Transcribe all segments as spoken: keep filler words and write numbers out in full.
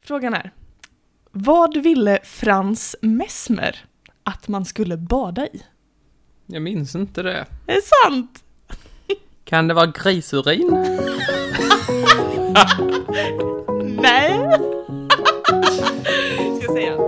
Frågan är, vad ville Frans Mesmer att man skulle bada i? Jag minns inte det. Det är sant! Kan det vara grisurin? Nej! Ska jag säga.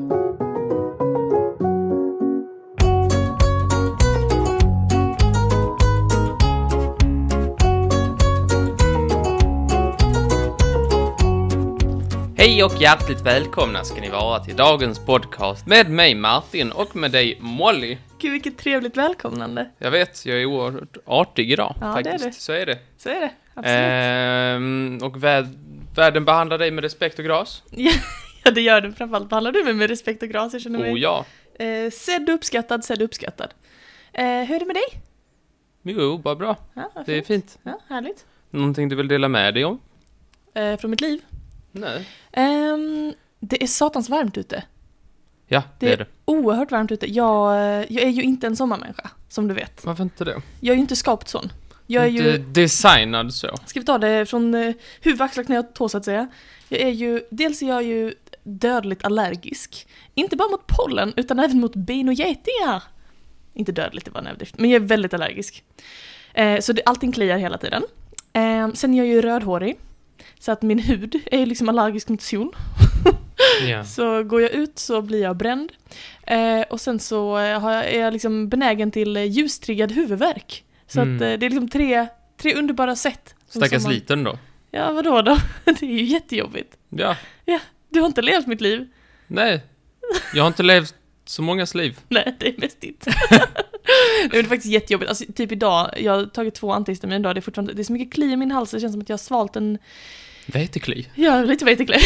Hej och hjärtligt välkomna ska ni vara till dagens podcast med mig Martin och med dig Molly. Gud, vilket trevligt välkomnande. Jag vet, jag är oerhört artig idag Ja, faktiskt. det är det. Så är det. Så är det, absolut. Ehm, och vä- världen behandlar dig med respekt och gras. Ja, det gör du. Framförallt behandlar du mig med respekt och gras. Jag känner mig Oh ja. eh, sedd uppskattad, sedd uppskattad. Eh, hur är det med dig? Jo, bara bra. Ja, vad Det är fint. fint. Ja, härligt. Någonting du vill dela med dig om? Eh, från mitt liv. Nej. Ehm, det är satans varmt ute. Ja, det, Det är det. är oerhört varmt ute. Jag, jag är ju inte en sommarmänniska, som du vet. Varför inte det? Jag är ju inte skapt sån. Jag är ju... Inte designad så. Ska vi ta det från uh, huvud, axlar, knä och tå så att säga. Jag är ju, dels är jag ju dödligt allergisk. Inte bara mot pollen, utan även mot bin och getingar. Inte dödligt, det var en överdrift. Men jag är väldigt allergisk. Eh, så det, allting kliar hela tiden. Eh, sen är jag ju rödhårig. Så att min hud är liksom allergisk mot sol. Ja. Så går jag ut så blir jag bränd. Eh, och sen så eh, har jag, är jag liksom benägen till eh, ljustriggad huvudvärk. Så Mm. att eh, det är liksom tre, tre underbara sätt. Stackars Som man- liten då. Ja, vadå då? Det är ju jättejobbigt. Ja. Ja, du har inte levt mitt liv. Nej. Jag har inte levt så mångas liv. Nej, det är mest ditt. Det är faktiskt jättejobbigt. Alltså, typ idag, jag har tagit två antihistamin idag. Det är fortfarande, det är så mycket kli i min hals. Det känns som att jag har svalt en... Vetekli. Ja, lite vetekli.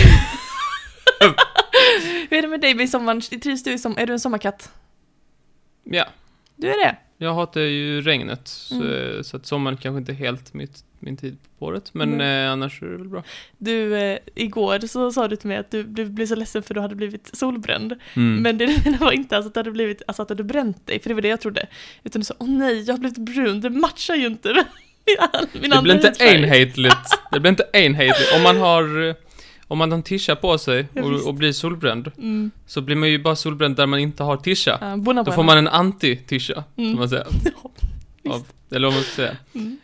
Hur är det med dig med sommaren? Trivs du som... Är du en sommarkatt? Ja. Du är det? Jag hatar ju regnet. Så, Mm. så att sommaren kanske inte är helt mitt, min tid på året. Men Mm. eh, annars är det väl bra. Du, eh, igår så sa du till mig att du, du blev så ledsen för du hade blivit solbränd. Mm. Men det, det var inte alltså att du hade blivit, alltså att du hade bränt dig, för det var det jag trodde. Utan du sa, åh nej, jag har blivit brun, det matchar ju inte med min, min det andra blir inte hudfärg." enhetligt. Det blir inte enhetligt. Om man har... eh, Om man har en tisha på sig Ja, och, visst. och blir solbränd, Mm. så blir man ju bara solbränd där man inte har tisha. Ja, bona, Då bona. får man en anti-tisha, Mm. kan man säga. Ja, Av, visst. eller vad man ska säga. Mm.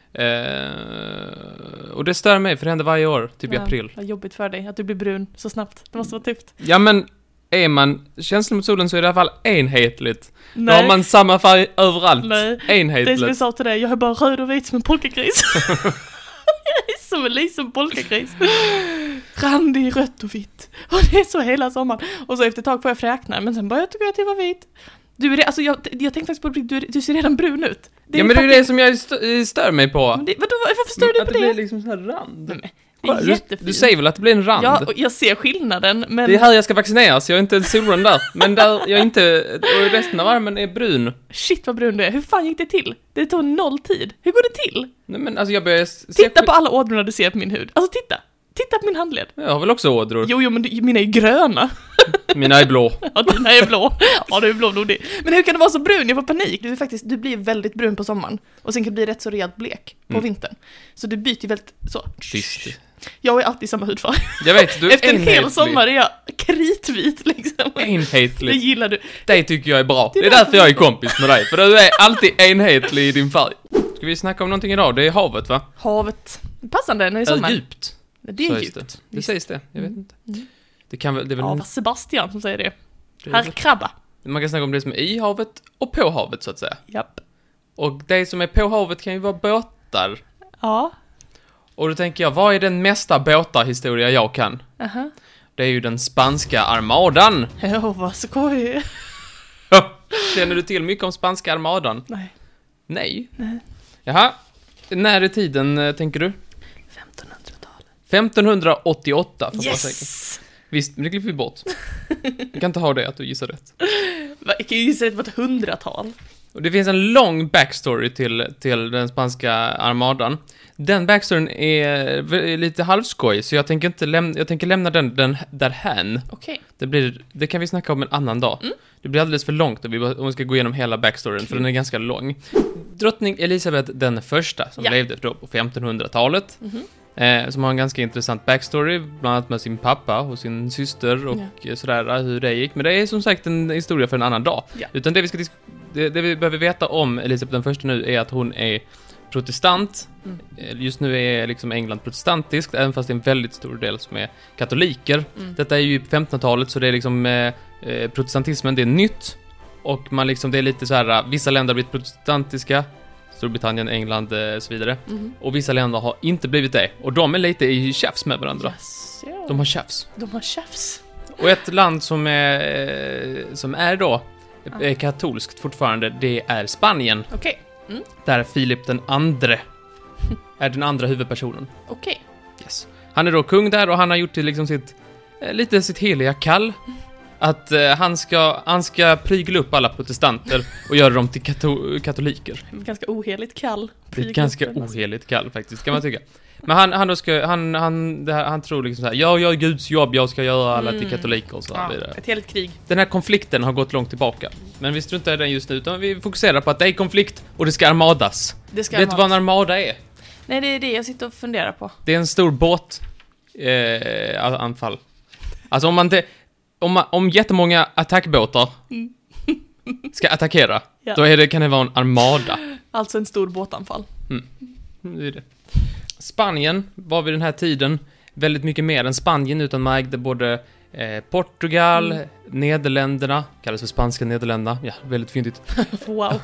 Eh, och det stör mig, för det händer varje år, typ i Ja, april. vad jobbigt för dig att du blir brun så snabbt. Det måste vara tufft. Ja, men är man känslig mot solen så är det i alla fall enhetligt. Då Nej, har man samma färg överallt. nej. Det är som jag Enhetligt. sa till dig, jag är bara röd och vit som en polkagris. Jag är som en liten polkagris. Randig, rött och vitt. Och det är så hela sommaren. Och så efter ett tag får jag fräkna, men sen börjar jag tycka att jag var vit. Du är det, alltså jag, jag tänkte faktiskt på det, du, du ser redan brun ut. Ja, men det är ju det som jag stö- stör mig på. Men det, vadå, varför stör du Att på det det? blir liksom så här rand. Nej, men, det Kolla, är du, jättefint. du säger väl att det blir en rand? Ja, och jag ser skillnaden, men... Det är här jag ska vaccineras, jag är inte solbränd där. Men där jag inte, och resten av armen är brun. Shit vad brun du är. Hur fan gick det till? Det tog noll tid. Hur går det till? Nej, men alltså jag börjar se... Titta på alla ådrorna du ser på min hud. Alltså titta. Titta på min handled. Jag har väl också ådror. Jo, jo, men du, mina är ju gröna. Mina är blå. Ja, dina är blå. Ja, du är blå nog det. Men hur kan du vara så brun? Jag får panik. Du är faktiskt, du blir väldigt brun på sommaren. Och sen kan du bli rätt så rejält blek på Mm. vintern. Så du byter ju väldigt så. Visst. Jag är alltid samma hudfärg. Jag vet, du är Efter en enhetlig. hel sommar är jag kritvit liksom. Det Enhetlig. gillar du. Det tycker jag är bra. Det Det är är därför jag är kompis med dig. För du är alltid enhetlig i din färg. Ska vi snacka om någonting idag? Det är havet, va? Havet. Passande när det är Är sommar. det djupt? Det är Sägs djupt. Det, det Visst. sägs det. Jag vet Mm. inte. Mm. Det kan väl... Det är väl Ja, vad Sebastian som säger det. det är Herr väl- Krabba. Man kan snacka om det som är i havet och på havet, så att säga. Japp. Och det som är på havet kan ju vara båtar. Ja. Och då tänker jag, vad är den mesta båtarhistoria jag kan? Aha. Det är ju den spanska armadan. Ja, vad skoj. Känner du till mycket om spanska armadan? Nej. Nej. Nej. Jaha. När är tiden, eh, tänker du? femtonhundratalet. femtonhundraåttioåtta, för att vara säker. Yes! Visst, men det klipper vi bort. Vi kan inte ha det, att du gissar rätt. Va, jag kan ju gissa att det var ett hundratal. Och det finns en lång backstory till, till den spanska armadan. Den backstoryn är v- lite halvskoj, så jag tänker inte lämna, jag tänker lämna den, den därhän. Okej. Det, blir, det kan vi snacka om en annan dag. Mm. Det blir alldeles för långt om vi, bara- om vi ska gå igenom hela backstoryn, för den är ganska lång. Drottning Elisabeth den första, som Ja. levde då på femtonhundratalet. Mhm. Eh, som har en ganska intressant backstory, bland annat med sin pappa och sin syster och ja. sådär, hur det gick. Men det är som sagt en historia för en annan dag. Ja. Utan det vi, ska disk- det, det vi behöver veta om Elisabeth den första nu är att hon är protestant. Mm. Just nu är liksom England protestantiskt, även fast det är en väldigt stor del som är katoliker. Mm. Detta är ju femtonhundratalet, så det är liksom eh, protestantismen, det är nytt. Och man liksom, det är lite så här, vissa länder har blivit protestantiska, Storbritannien, England och så vidare. Mm. Och vissa länder har inte blivit det. Och de är lite i tjafs med varandra. Yes, ja. De har tjafs. De har tjafs. Och ett land som är, som är då är katolskt fortfarande, det är Spanien. Okej. Okay. Mm. Där Filip den andre är den andra huvudpersonen. Okej. Okay. Yes. Han är då kung där och han har gjort till liksom sitt, lite sitt heliga kall. Att uh, han, ska, han ska prygla upp alla protestanter och göra dem till kato- katoliker. Ganska oheligt kall. Det är ganska oheligt kall faktiskt, kan man tycka. Men han, han, då ska, han, han, det här, han tror liksom så här: jag gör Guds jobb, jag ska göra alla mm. till katoliker och så ja, vidare. Ett heligt krig. Den här konflikten har gått långt tillbaka. Men vi struntar i den just nu, utan vi fokuserar på att det är konflikt och det ska armadas. Det ska Vet armadas. du vad en armada är? Nej, det är det jag sitter och funderar på. Det är en stor båt eh, anfall. Alltså om man inte... Om, man, om jättemånga attackbåtar mm. ska attackera, ja. då är det, kan det vara en armada. Alltså en stor båtanfall. Mm. Det är det. Spanien var vid den här tiden väldigt mycket mer än Spanien, utan man ägde både eh, Portugal, mm. Nederländerna, kallas för spanska Nederländerna, ja, väldigt fyndigt. Wow.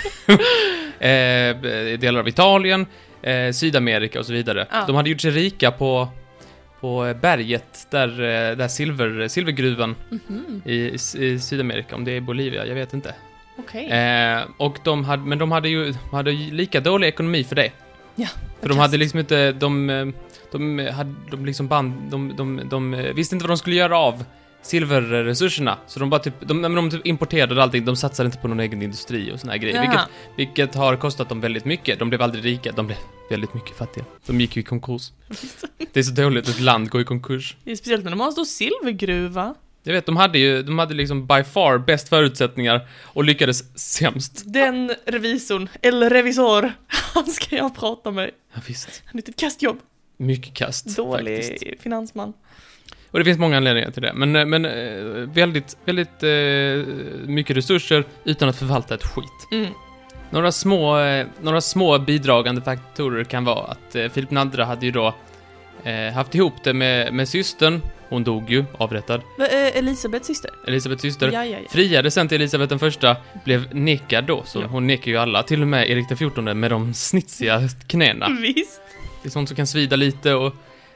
eh, delar av Italien, eh, Sydamerika och så vidare. Ah. De hade gjort sig rika på på berget där, där silver, silvergruvan mm-hmm. i, i Sydamerika, om det är Bolivia, jag vet inte. Okay. Eh, och de hade, men de hade ju de hade lika dålig ekonomi för det. Ja. För de hade liksom inte, de, de hade, de liksom band, de, de, de, de visste inte vad de skulle göra av silverresurserna, så de bara typ, de, de typ importerade allting, de satsade inte på någon egen industri och såna här grejer, vilket, vilket har kostat dem väldigt mycket. De blev aldrig rika, de blev väldigt mycket fattiga. De gick ju i konkurs. Det är så dåligt att ett land går i konkurs. Det är speciellt när de har en stor silvergruva. Jag vet, de hade ju, de hade liksom by far bäst förutsättningar och lyckades sämst. Den revisorn, eller revisor, han ska jag prata med. Ja, visst. Han är ett kastjobb. Mycket kast, dålig faktiskt. Finansman. Och det finns många anledningar till det. Men, men väldigt, väldigt eh, mycket resurser utan att förvalta ett skit. Mm. Några små, eh, några små bidragande faktorer kan vara att eh, Filip den andre hade ju då eh, haft ihop det med, med systern. Hon dog ju, avrättad. Eh, Elisabeths syster? Elisabeths syster. Ja, ja, ja. Friade sen till Elisabeth den första, blev nekad då. Så ja. Hon nekar ju alla, till och med Erik den fjortonde med de snitsiga knäna. Visst. Det är sånt som kan svida lite och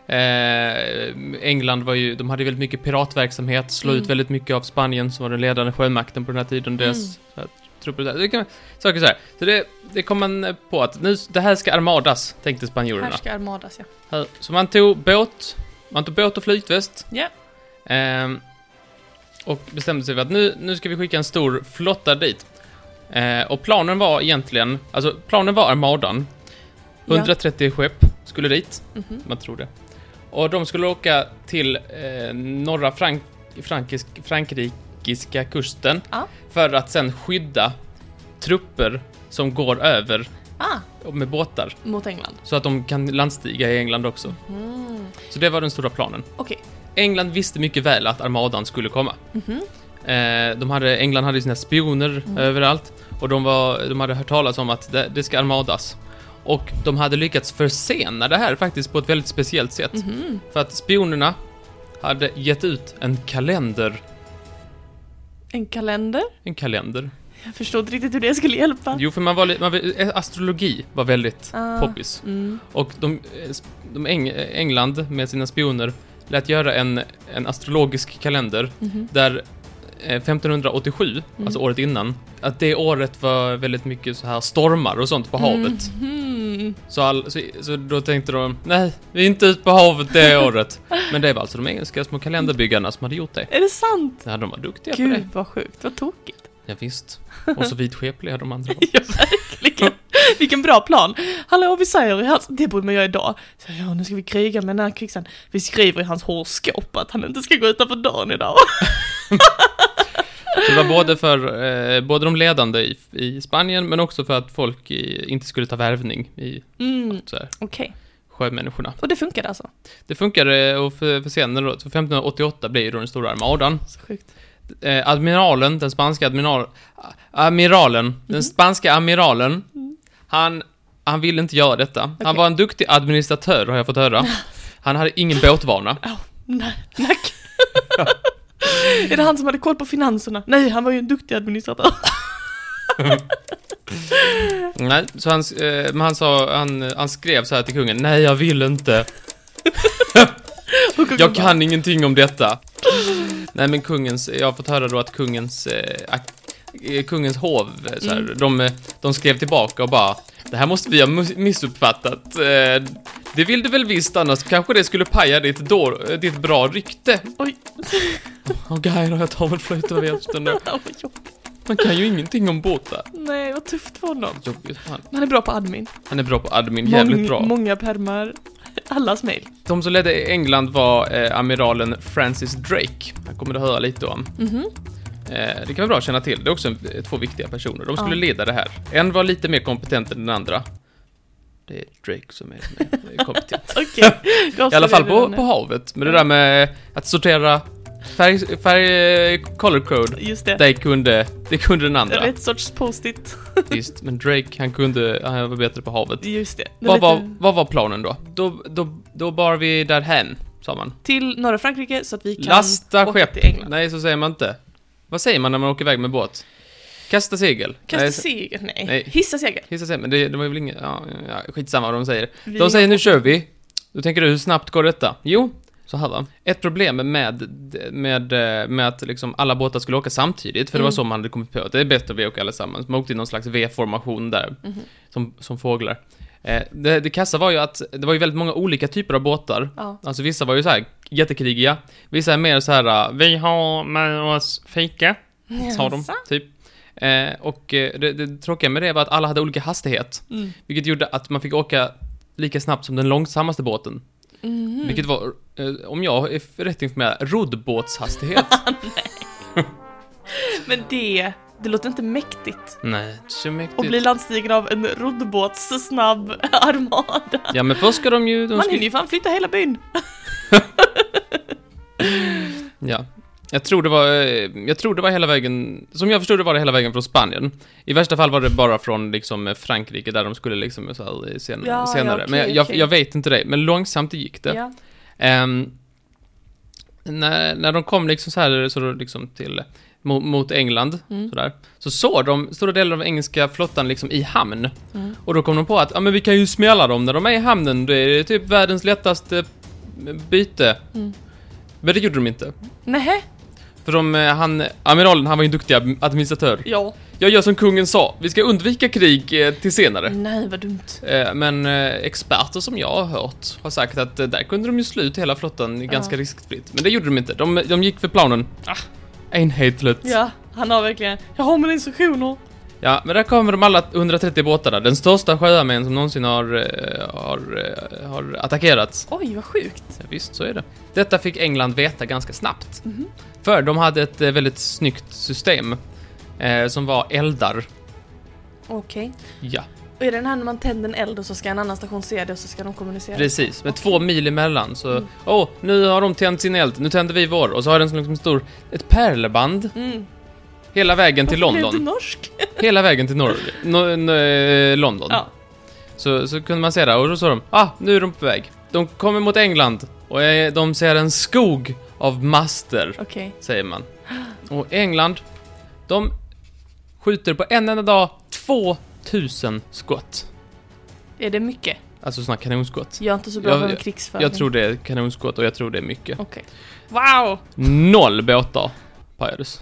Eh, England var ju, de hade väldigt mycket piratverksamhet, slog mm. ut väldigt mycket av Spanien som var den ledande sjömakten på den här tiden, deras mm. så här, trupper där. Det kan saker så här. Så det, det kom man på att nu, det här ska armadas, tänkte spanjorerna. Här ska armadas, ja. Så man tog båt, man tog båt och flytväst. Ja. Yeah. Eh, och bestämde sig för att nu, nu ska vi skicka en stor flotta dit. Eh, och planen var egentligen, alltså planen var armadan. hundratrettio ja. Skepp skulle dit, mm-hmm. man tror det. Och de skulle åka till eh, norra Frank- Frankisk- frankrikska kusten ah. för att sen skydda trupper som går över ah. med båtar. Mot England. Så att de kan landstiga i England också. Mm. Så det var den stora planen. Okay. England visste mycket väl att armadan skulle komma. Mm-hmm. Eh, de hade, England hade sina spioner mm. överallt. Och de, var, de hade hört talas om att det, det ska armadas. Och de hade lyckats försena det här faktiskt på ett väldigt speciellt sätt. Mm-hmm. För att spionerna hade gett ut en kalender. En kalender? En kalender. Jag förstod inte riktigt hur det skulle hjälpa. Jo, för man var, man var, astrologi var väldigt ah, poppis. Mm. Och de, de Eng, England med sina spioner lät göra en, en astrologisk kalender mm-hmm. där femtonhundraåttiosju, mm. alltså året innan, att det året var väldigt mycket så här stormar och sånt på havet. Mm. Så, all, så, så då tänkte de, nej, vi är inte ute på havet det året. Men det var alltså de engelska små kalenderbyggarna som hade gjort det. Är det sant? Ja, de var duktiga Gud, på det. Gud, vad sjukt, vad tokigt. Ja, visst. Och så vidskepliga de andra var. Ja, verkligen. Vilken bra plan. Hallå, vi säger i hans... Det borde man göra idag. Så, ja, nu ska vi kriga med den här krigsen. Vi skriver i hans horoskop att han inte ska gå utanför dörren idag. Det var både för eh, både de ledande i, i Spanien, men också för att folk i, inte skulle ta värvning i mm. så här. Okay. sjömänniskorna. Och det funkade alltså? Det funkade, och för, för senare då, för femton åttioåtta blir då den stora armadan. Så sjukt. Eh, admiralen, den spanska admiral, amiralen, mm. den spanska amiralen, mm. han, han ville inte göra detta. Okay. Han var en duktig administratör, har jag fått höra. Han hade ingen båtvana. Oh, nej, nack. Är det han som hade koll på finanserna? Nej, han var ju en duktig administratör. Nej, så han, eh, men han sa, han, han skrev så här till kungen: nej, jag vill inte. Jag kan ingenting om detta. Nej, men kungens, jag har fått höra då att kungens eh, kungens hov så här, mm. de, de skrev tillbaka och bara: det här måste vi ha missuppfattat. Eh, det vill du väl visst, annars kanske det skulle paja ditt, då, ditt bra rykte. Oj. Åh, oh, gaj, jag tar väl flöjt över hjälpten då. Man kan ju ingenting om båtar. Nej, vad tufft för honom. Jobbigt, han. han är bra på admin. Han är bra på admin, jävligt Mång, bra. Många permar, allas mejl. De som ledde England var eh, amiralen Francis Drake. Han kommer du höra lite om. Mhm. Eh, det kan vara bra att känna till. Det är också en, två viktiga personer. De skulle ja. leda det här. En var lite mer kompetent än den andra. Det är Drake som är, är kompetent. Okej. I alla fall på, på havet. Men det där med att sortera färg, färg color code. Just det. Det kunde, det kunde den andra. Rätt sorts post-it. Visst, men Drake, han kunde, han var bättre på havet. Just det. det vad, lite... var, vad var planen då? Då, då, då bar vi därhän, sa man. Till norra Frankrike så att vi kan lasta åka skepp. till England. Nej, så säger man inte. Vad säger man när man åker iväg med båt? Kasta segel. Kasta nej, segel, nej. nej. Hissa segel. Hissa segel, men det, det var väl inget... Ja, ja, skitsamma vad de säger. Vi de säger, nu kör vi. Då tänker du, hur snabbt går detta? Jo, så här va. Ett problem med, med, med att liksom alla båtar skulle åka samtidigt, för mm. det var så man hade kommit på att det är bättre att vi åker allesammans. Man åkte i någon slags V-formation där, mm. som, som fåglar. Eh, det, det kassa var ju att det var ju väldigt många olika typer av båtar. Ja. Alltså vissa var ju så här jättekrigiga. Vissa är mer så här, vi har med oss fika, sa de, typ. Eh, och eh, det, det tråkiga med det var att alla hade olika hastighet. Mm. Vilket gjorde att man fick åka lika snabbt som den långsammaste båten. Mm. Vilket var, eh, om jag är rätt informerad, roddbåtshastighet. Nej. Men det, det låter inte mäktigt. Nej, så mäktigt. Och bli landstigen av en roddbåts snabb armada. Ja, men först ska de ju... De man ska... hinner ju fan flytta hela byn. Ja. Jag tror det var jag tror det var hela vägen, som jag förstod det var det hela vägen från Spanien. I värsta fall var det bara från liksom Frankrike där de skulle liksom så här sen, ja, senare. Ja, okay, men jag, okay. jag vet inte det, men långsamt gick det. Ja. Um, när, när de kom liksom så här så liksom till mot, mot England mm. så där, så såg de stora delar av engelska flottan liksom i hamn. Mm. Och då kom de på att ja, men vi kan ju smälla dem när de är i hamnen. Det är typ världens lättaste byte. Mm. Men det gjorde de inte. Nej. För de, han, amiralen, han var ju en duktig administratör. Ja. Jag gör som kungen sa, vi ska undvika krig eh, till senare. Nej, vad dumt. Eh, men eh, experter som jag har hört har sagt att eh, där kunde de ju sluta hela flottan ja. ganska riskfritt. Men det gjorde de inte. De, de gick för planen. Ah, enhetligt. Ja, han har verkligen, jag har mina instruktioner. Ja, men där kommer de alla hundratrettio båtarna. Den största sjöarmén som någonsin har, har, har attackerats. Oj, vad sjukt. Ja, visst, så är det. Detta fick England veta ganska snabbt. Mm-hmm. För de hade ett väldigt snyggt system eh, som var eldar. Okej. Okay. Ja. Och är det den här när man tänder en eld och så ska en annan station se det och så ska de kommunicera? Precis, med okay. två mil emellan. Så, mm. åh, nu har de tänt sin eld, nu tänder vi vår. Och så har den som liksom stor, ett pärleband. Mm. Hela vägen till London. Varför är det norsk? Hela vägen till Nor- no- no- London. Ja. Så, så kunde man se det. Och då sa de, ah, nu är de på väg. De kommer mot England. Och de ser en skog av master, okay. säger man. Och England, de skjuter på en enda dag tvåtusen skott. Är det mycket? Alltså såna kanonskott. Jag är inte så bra jag, med jag, krigsföring. Jag tror det är kanonskott och jag tror det är mycket. Okej. Okay. Wow! Noll båtar pajades.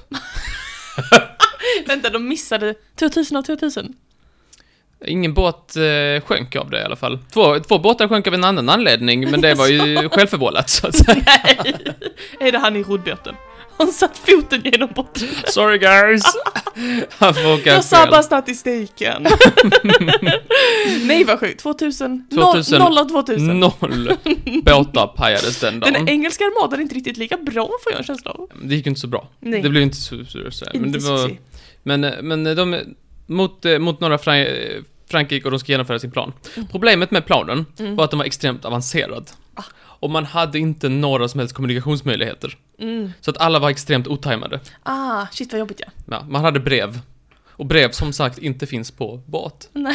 Vänta, de missade tvåtusen av tvåtusen. Ingen båt eh, sjönk av det i alla fall. Två, två båtar sjönk av en annan anledning, men det var ju självförvållat så att säga. Nej, är det han i roddbåten? Han satt foten genom botten. Sorry guys. Han får åka jag sa bara statistiken. Nej, vad sjukt. tvåtusen. tvåtusen. Noll av tvåtusen. Noll båtar pajades den dagen. Den engelska armadan är inte riktigt lika bra, får jag en känsla av. Det gick inte så bra. Nej. Det blev inte så, så, så inte men det var, men, men de mot, mot norra Frankrike och de ska genomföra sin plan. Mm. Problemet med planen Mm. var att den var extremt avancerad. Ah. Och man hade inte några som helst kommunikationsmöjligheter. Mm. Så att alla var extremt otajmade. Ah, shit vad jobbigt, ja. Ja, man hade brev. Och brev som sagt inte finns på båt. Nej.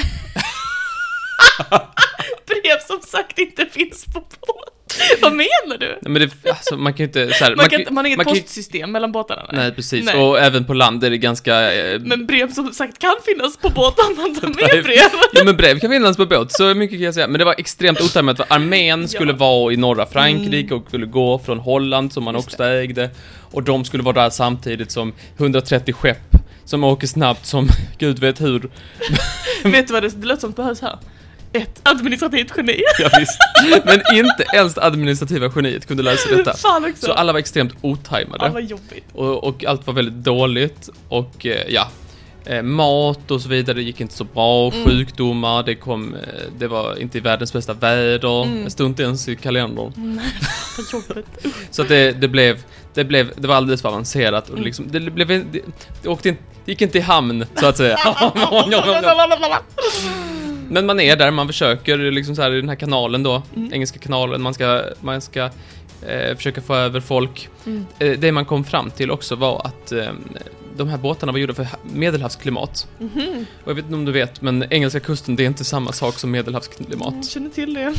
Brev som sagt inte finns på båt. Vad menar du? Nej, men det, alltså, man kan ju inte... Så här, Man, kan, man, man har inget man kan, postsystem mellan båtarna? Nej, nej, precis. Nej. Och även på land är det ganska... Eh, men brev som sagt kan finnas på båt om man tar med nej, brev. Ja, men brev kan finnas på båt, så mycket kan jag säga. Men det var extremt otajmat, för armén skulle Ja. vara i norra Frankrike Mm. och skulle gå från Holland, som man Just också ägde. Och de skulle vara där samtidigt som hundratrettio skepp som åker snabbt som gud vet hur. Vet du vad det, det låter som behövs här? Ett administrativt geni. Ja, visst. Men inte ens det administrativa geniet kunde lösa detta. Fan också. Så alla var extremt otajmade. Ja, vad jobbigt. Och, och allt var väldigt dåligt. Och eh, ja, eh, mat och så vidare gick inte så bra. Mm. Sjukdomar, det kom, eh, det var inte i världens bästa väder. Mm. Det stod inte ens i kalendern. Nej, vad jobbigt. Så att det, det blev, det blev, det var alldeles för avancerat. Och Mm. liksom, det blev, det, det åkte in, det gick inte i hamn, så att säga. Men man är där, man försöker liksom så här i den här kanalen då, Mm. engelska kanalen, man ska, man ska eh, försöka få över folk. Mm. Eh, det man kom fram till också var att eh, de här båtarna var gjorda för medelhavsklimat. Mhm. Och jag vet inte om du vet, men engelska kusten, det är inte samma sak som medelhavsklimat. Jag känner till det.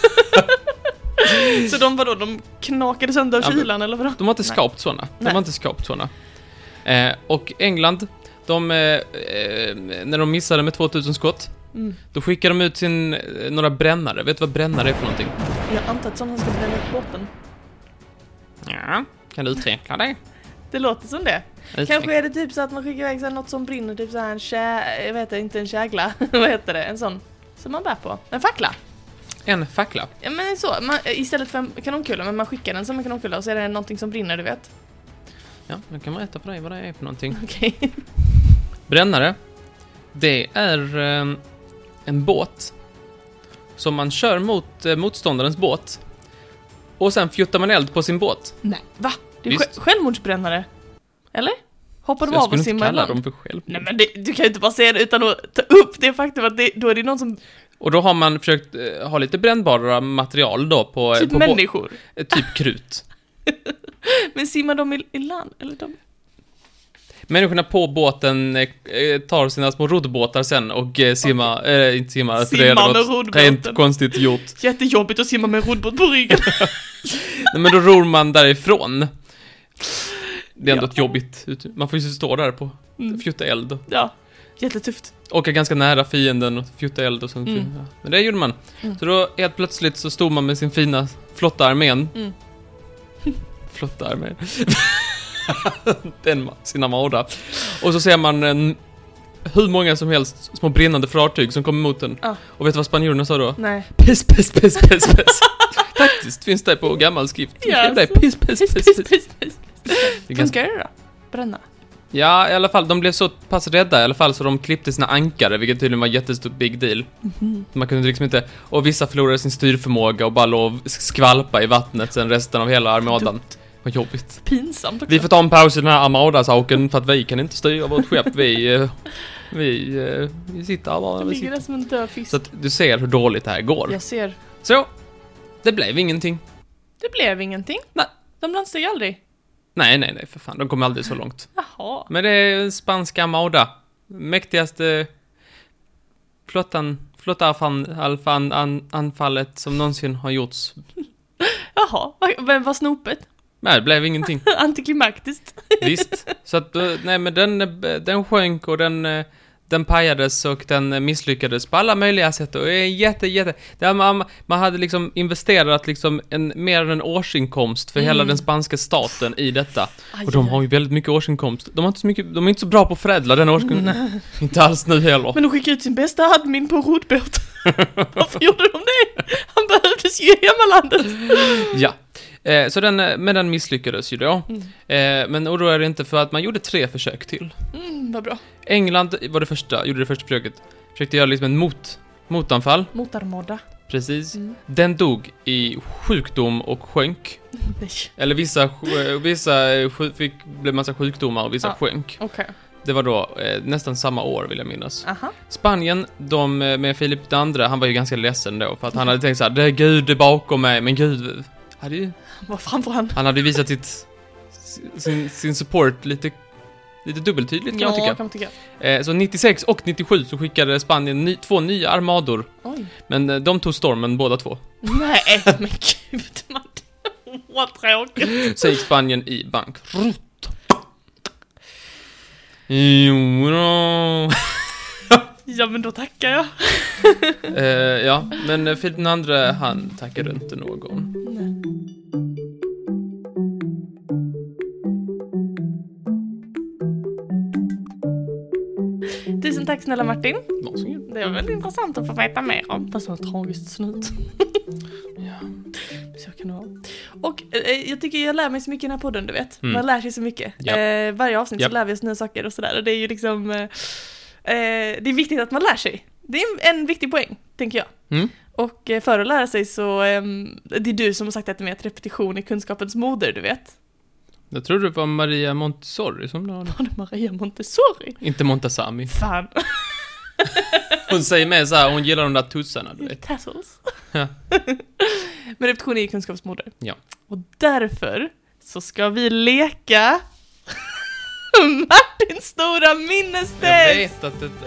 Så de var då, de knakade sönder av Ja, men- kylan eller vadå? De har inte Nej. skapat sådana. De Nej. har inte skapat sådana. Eh, och England, de, eh, eh, när de missade med tvåtusen skott, Mm. då skickade de ut sin, eh, några brännare. Vet du vad brännare är för någonting? Jag antar att sådana ska bränna upp båten. Ja, kan du utveckla det? Det låter som det. Utveck- Kanske är det typ så att man skickar iväg så här något som brinner, typ så här en kä... Jag vet inte, en kägla. Vad heter det? En sån som man bär på. En fackla. En fackla. Ja, men så. Man, istället för en kanonkula, men man skickar den som en kanonkula och så är det någonting som brinner, du vet. Ja, jag kan berätta för dig vad det är för någonting. Okej. Brännare, det är eh, en båt som man kör mot eh, motståndarens båt. Och sen fjuttar man eld på sin båt. Nej, va? Det är Visst. sj- självmordsbrännare. Eller? Hoppar Så de jag av skulle och inte simmar kalla ibland? dem för själv. Nej, men det, du kan ju inte bara säga det utan att ta upp det faktum att det, då är det någon som... Och då har man försökt eh, ha lite brännbara material då på... Typ på bå- människor. eh, typ krut. Men simmar de i, i land? Eller de... Människorna på båten eh, tar sina små roddbåtar sen och eh, simmar, eh, inte simmar, för det är Simmar med något roddbåten. rent konstigt gjort. Jättejobbigt att simma med en roddbåt på ryggen. Nej, men då ror man därifrån. Det är ändå Ja. ett jobbigt. ut- Man får ju stå där på Mm. fjutta eld. Ja, jättetufft. Åka ganska nära fienden och fjutta eld och sånt. Mm. Ja. Men det gjorde man. Mm. Så då helt plötsligt så stod man med sin fina flotta armén. Mm. Flotta armén. Den sin armada. Och så ser man en, hur många som helst små brinnande fartyg som kommer mot den. Ja. Och vet du vad spanjorerna sa då? Nej. Piss, piss, piss, piss, piss. Faktiskt finns det på gammal skrift. Ja, Det är så- piss, piss, Piss, piss, piss, piss. piss, piss. Det är ganska... Funkar det då? Bränna? Ja, i alla fall, de blev så pass rädda i alla fall så de klippte sina ankare, vilket tydligen var en jättestor big deal. Mhm. Man kunde liksom inte... Och vissa förlorade sin styrförmåga och bara låg skvalpa i vattnet sen resten av hela armadan. Vad jobbigt. Pinsamt också. Vi får ta en paus i den här armada-saken för att vi kan inte styra vårt skepp. Vi, eh, vi, eh, vi sitter här bara. Det Vi ligger sitter. där som en död fisk. Så att du ser hur dåligt det här går. Jag ser. Så, det blev ingenting. Det blev ingenting. Nej. De landsteg aldrig. Nej, nej, nej, för fan. De kom aldrig så långt. Jaha. Men det är spanska armada. Mäktigaste flottan, flottaanfallet som någonsin har gjorts. Jaha. Men vad snopet? Nej, det blev ingenting. Antiklimaktiskt. Visst. Så att, eh, nej men den, eh, den sjönk och den, eh, den pajades och den eh, misslyckades på alla möjliga sätt. Och det är jätte, jätte... Där man, man hade liksom investerat liksom en, mer än en årsinkomst för Mm. hela den spanska staten i detta. Aj, Och de har ju väldigt mycket årsinkomst. De, har inte så mycket, de är inte så bra på att förädla den årsinkomsten. Inte alls nu heller. Men de skickade ut sin bästa admin på en roddbåt. Varför gjorde de det? Han behövdes ju i hemmalandet. Ja. Eh, så den, eh, men den misslyckades ju då. Mm. Eh, men oroa är det inte för att man gjorde tre försök till. Mm, vad bra. England var det första, gjorde det första försöket. Försökte göra liksom en mot, motanfall. Motarmodda. Precis. Mm. Den dog i sjukdom och sjönk. Nej. Eller vissa, sj- vissa sj- fick, blev massa sjukdomar och vissa Ja. sjönk. Okej. Det var då eh, nästan samma år, vill jag minnas. Aha. Spanien, de med Filip den andra, han var ju ganska ledsen då. För att han hade tänkt så här, det är Gud är bakom mig. Men Gud hade ju... Vad framför han? Han hade visat sitt, sin, sin support lite, lite dubbeltydligt, kan ja, man tycka. Kan man tycka. Eh, så nittiosex och nittiosju så skickade Spanien ny, två nya armador. Oj. Men eh, de tog stormen båda två. Nej, men gud, man. Vad tråkigt. Så gick Spanien i bankrott. Jo då. Ja, men då tackar jag. eh, ja, men Filip den andra, han tackade inte någon. Nej. Tusen tack snälla Martin. Varsågod. Det var väldigt intressant att få veta mer om. Fast det var ett tragiskt slut. Ja. Så kan det vara. Och eh, jag tycker jag lär mig så mycket i den här podden, du vet. Mm. Man lär sig så mycket. Ja. Eh, varje avsnitt Ja. så lär vi oss nya saker och sådär. Och det är ju liksom... Eh, eh, det är viktigt att man lär sig. Det är en, en viktig poäng, tänker jag. Mm. Och eh, för att lära sig så... Eh, det är du som har sagt att det är med att repetition är kunskapens moder, du vet. Jag tror det var Maria Montessori som la det. Var det Maria Montessori? Inte Montazami. Fan. Hon säger med så här, hon gillar de där tussarna, du vet. Tassels. Ja. Men repetition är ju kunskapsmoder. Ja. Och därför så ska vi leka Martins stora minnestest. Jag vet att det...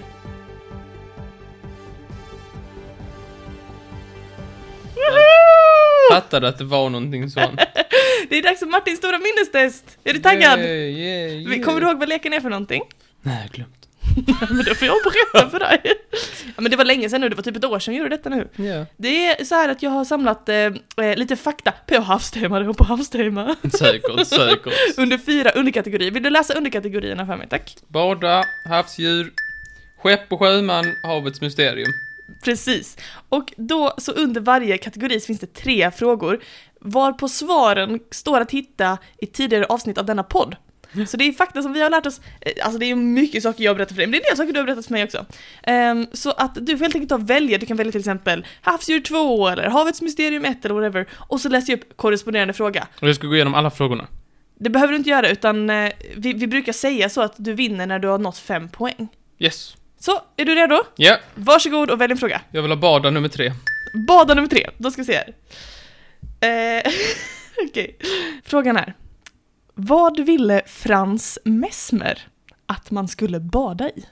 Jag fattade att det var någonting sånt. Det är dags för Martins stora minnestest. Är du taggad? Yeah, yeah, yeah. Kommer du ihåg vad leken är för någonting? Nej, jag har glömt. Men då får jag berätta för dig. Ja, men det var länge sedan nu, det var typ ett år sedan jag gjorde detta nu. Ja. Det är så här att jag har samlat eh, lite fakta på havstema, det var på havstema. Säkert, säkert. Under fyra underkategorier. Vill du läsa underkategorierna för mig, tack? Bada, havsdjur, skepp och sjöman, havets mysterium. Precis. Och då så under varje kategori så finns det tre frågor. Varpå svaren står att hitta i tidigare avsnitt av denna podd. Så det är fakta som vi har lärt oss. Alltså det är mycket saker jag har berättat för dig, men det är en del saker du har berättat för mig också. um, Så att du får helt enkelt ta och välja. Du kan välja till exempel havsdjur två eller havets mysterium ett eller whatever. Och så läser jag upp korresponderande fråga. Och jag ska gå igenom alla frågorna. Det behöver du inte göra, utan uh, vi, vi brukar säga så att du vinner när du har nått fem poäng. Yes. Så, är du redo? Ja. Yeah. Varsågod och välj en fråga. Jag vill ha bada nummer tre. Bada nummer tre, då ska vi se här. eh, Okej, okay. Frågan är: vad ville Franz Mesmer att man skulle bada i?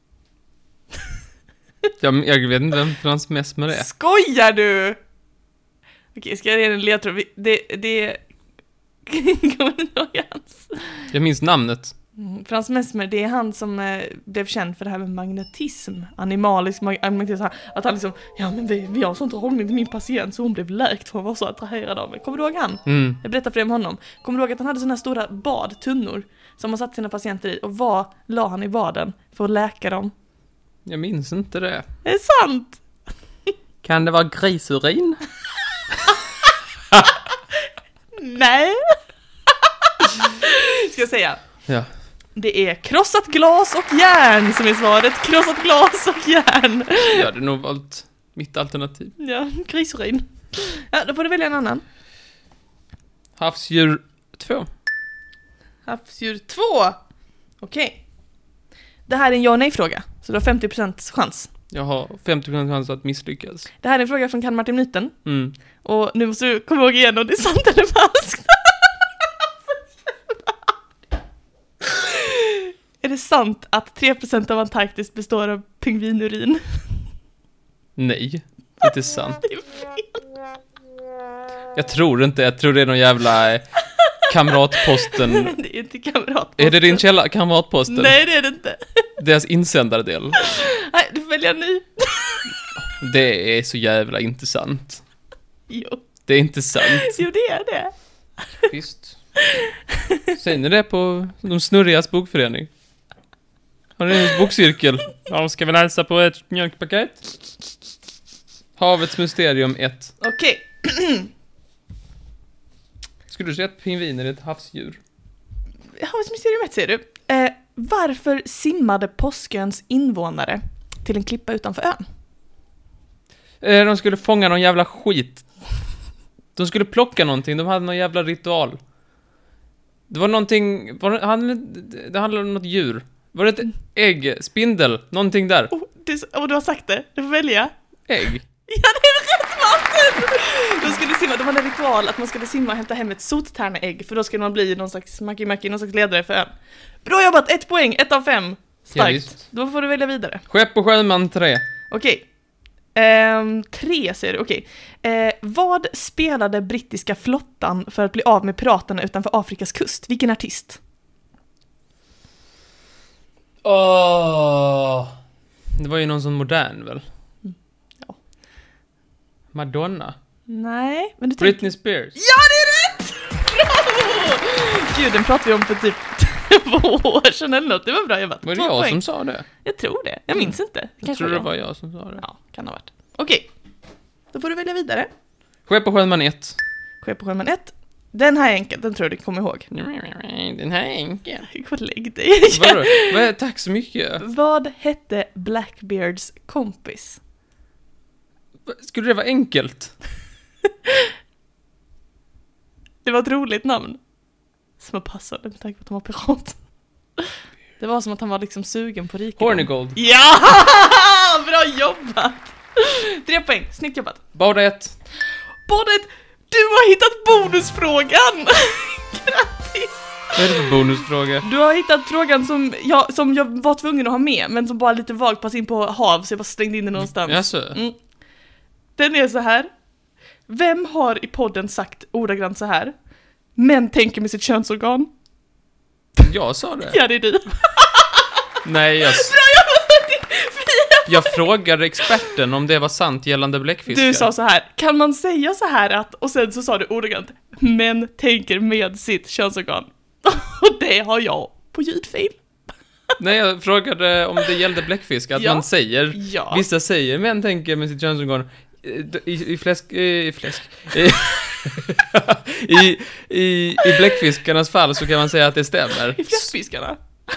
jag, jag vet inte vem Franz Mesmer är. Skojar du? Okej, ska jag ge en ledtråd? Det, det... Kommer du ihåg hans? Jag minns namnet. Mm, Franz Mesmer, det är han som eh, blev känd för det här med magnetism, animalisk magnetism, att han liksom, ja men vi, vi har sånt dragning till min patient så hon blev läkt för att vara så attraherad av mig. Kommer du ihåg han? Mm. Jag berättar för dig om honom. Kommer du ihåg att han hade såna här stora badtunnor som han satt sina patienter i, och vad la han i baden för att läka dem? Jag minns inte det. Är det sant? Kan det vara grisurin? Nej. Ska jag säga? Ja. Det är krossat glas och järn som är svaret. Krossat glas och järn. Jag hade nog valt mitt alternativ. Ja, grisurin. Ja, då får du välja en annan. Havsdjur två. Havsdjur två. Okej. Det här är en ja och nej-fråga, så du har femtio procent chans. Jag har femtio procent chans att misslyckas. Det här är en fråga från Kan Martin Myten. Mm. Och nu måste du komma ihåg igen om det är sant eller falskt. Är det sant att tre procent av Antarktis består av pingvinurin? Nej, det är inte sant. Det är fel. Jag tror inte, jag tror det är någon jävla eh, kamratposten. Det är inte kamratposten. Är det din källa, kamratposten? Nej, det är det inte. Deras insändardel. Nej, du får välja en ny. Det är så jävla inte sant. Jo. Det är inte sant. Jo, det är det. Visst. Säger ni det på de snurrigas bokförening? Har ni en bokcirkel? Ja, ska vi läsa på ett mjölkpaket? Havets mysterium ett. Okej. Skulle du säga att pingviner är ett havsdjur? Havets mysterium ett, säger du. Eh, varför simmade Påsköns invånare till en klippa utanför ön? Eh, de skulle fånga någon jävla skit. De skulle plocka någonting, de hade någon jävla ritual. Det var någonting, var det, handlade, det handlade om något djur. Var det ett ägg, spindel, någonting där? Oh, du, oh, du har sagt det. Du får välja. Ägg. Ja, det är rätt, Martin! Då skulle simma, de hade en ritual att man skulle simma och hämta hem ett sottärneägg, för då skulle man bli någon slags maki-maki, någon slags ledare för ön. Bra jobbat, ett poäng, ett av fem. Starkt. Ja, då får du välja vidare. Skepp och sjöman tre. Okej. Ehm, tre ser du, okej. Ehm, vad spelade brittiska flottan för att bli av med piraterna utanför Afrikas kust? Vilken artist? Åh. Det var ju någon sån modern väl? Mm. Ja. Madonna. Nej, men du Britney tänk... Spears. Ja, det är rätt! Bravo! Gud, den pratade vi om för typ två år sedan eller något. Det var bra jobbat. Var det Två jag poäng. som sa det? Jag tror det. Jag minns Mm. inte. Jag Kanske tror det jag. var jag som sa det. Ja, kan ha varit. Okej. Då får du välja vidare. Skepp och sjöman ett. Skepp och sjöman ett. Den här är enkel, den tror jag du kommer ihåg. Den här är enkel. Gå och lägg dig. Vadå? Vad- Tack så mycket. Vad hette Blackbeards kompis? Skulle det vara enkelt? Det var ett roligt namn. Som var passande med tanke på att han var pirat. Det var som att han var liksom sugen på rikedom. Hornigold. Ja! Bra jobbat! Tre poäng, snyggt jobbat. Båda ett. Båda ett... Du har hittat bonusfrågan! Grattis! Vad är det för bonusfråga? Du har hittat frågan som jag, som jag var tvungen att ha med, men som bara lite vagt passade in på hav, så jag bara slängde in den någonstans. Jaså? Mm. Den är så här. Vem har i podden sagt ordagrant så här? Män tänker med sitt könsorgan. Jag sa det. Ja, det är du. Nej, jag... Bra jobbat! Jag frågade experten om det var sant gällande bläckfiskar. Du sa så här, kan man säga så här att, och sen så sa du ordagrant, män tänker med sitt könsorgan. Och det har jag på ljudfil. Nej, jag frågade om det gällde bläckfisk. Att Ja. man säger, Ja. vissa säger, män tänker med sitt könsorgan i, i fläsk, i fläsk. I, i, i, I bläckfiskarnas fall så kan man säga att det stämmer. I fläskfiskarna.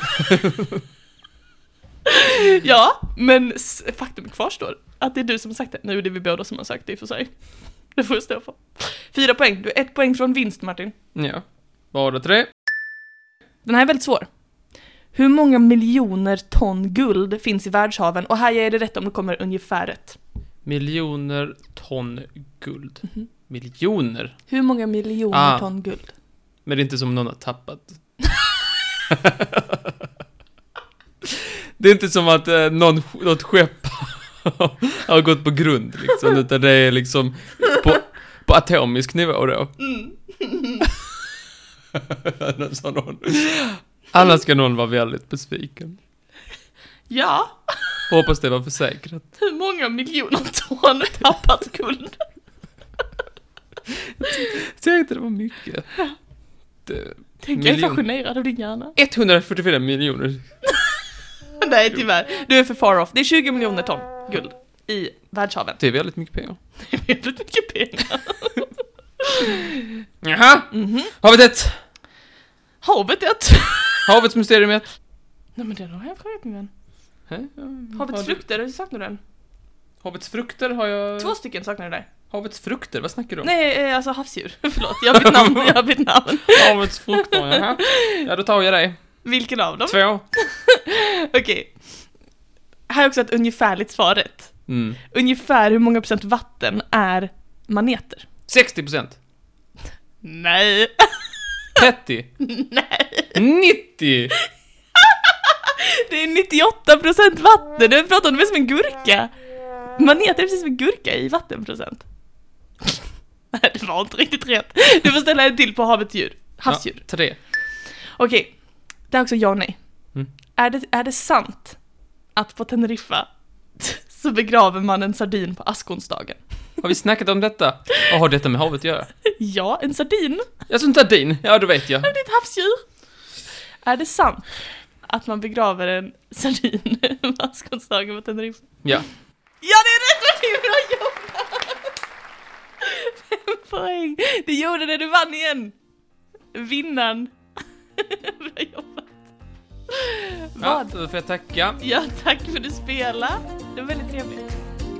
Ja, men s- faktum kvarstår att det är du som har sagt det. Nu är det vi båda som har sagt det i och för sig. Det får jag stå för. Fyra poäng. Du är ett poäng från vinst, Martin. Ja, båda tre. Den här är väldigt svår. Hur många miljoner ton guld finns i världshaven? Och här ger jag det rätt om det kommer ungefär rätt. Miljoner ton guld. Mhm. Miljoner? Hur många miljoner Ah. ton guld? Men det är inte som någon har tappat. Det är inte som att eh, någon, något skepp har gått på grund liksom, utan det är liksom på, på atomisk nivå då. Mm. Annars, har någon, annars ska någon vara väldigt besviken. Ja, Hoppas det var försäkrat. hur många miljoner ton tappat guld? Så jag inte det var mycket. Det, Tänk, jag är miljon- fascinerad av din hjärna. etthundrafyrtiofyra miljoner. Nej, tyvärr. Du är för far off. Det är tjugo miljoner ton guld i världshaven. Det är väldigt mycket pengar. Det är väldigt mycket pengar. Jaha, Mhm. havet ett. Havet ett. Havets mysterium ett. Nej, men den har jag frågat min vän. Hä? Havets Har du- frukter, hur saknar du den? Havets frukter har jag... Två stycken saknar du där. Havets frukter, vad snackar du om? Nej, eh, alltså havsdjur. Förlåt, jag har bytt namn. Jag har bytt namn. Havets frukter, jaha. Ja, då tar jag dig. Vilken av dem? Två. Okej. Här är också ett ungefärligt svar rätt. Mm. Ungefär hur många procent vatten är maneter? sextio procent. Nej. trettio. Nej. nittio. Det är nittioåtta procent vatten. Du pratar om det som en gurka. Maneter är precis som en gurka i vattenprocent. Nej, det var inte riktigt rätt. Du får ställa en till på havets djur. Havsdjur. Ja, tre. Okej. Det är också ja och nej. Mm. Är det, är det sant att på Teneriffa så begraver man en sardin på askonsdagen? Har vi snackat om detta? Vad har detta med havet att göra? Ja, en sardin. Jag som tar din. Ja, då vet jag. Det är ett havsdjur. Är det sant att man begraver en sardin på askonsdagen på Teneriffa? Ja. Ja, det är rätt! Det är bra jobbat! Fem poäng. Det gjorde det, du vann igen. Vinnaren. Bra jobbat. Ja, Vad? då får jag tacka. Ja, tack för att du spelade. Det var väldigt trevligt.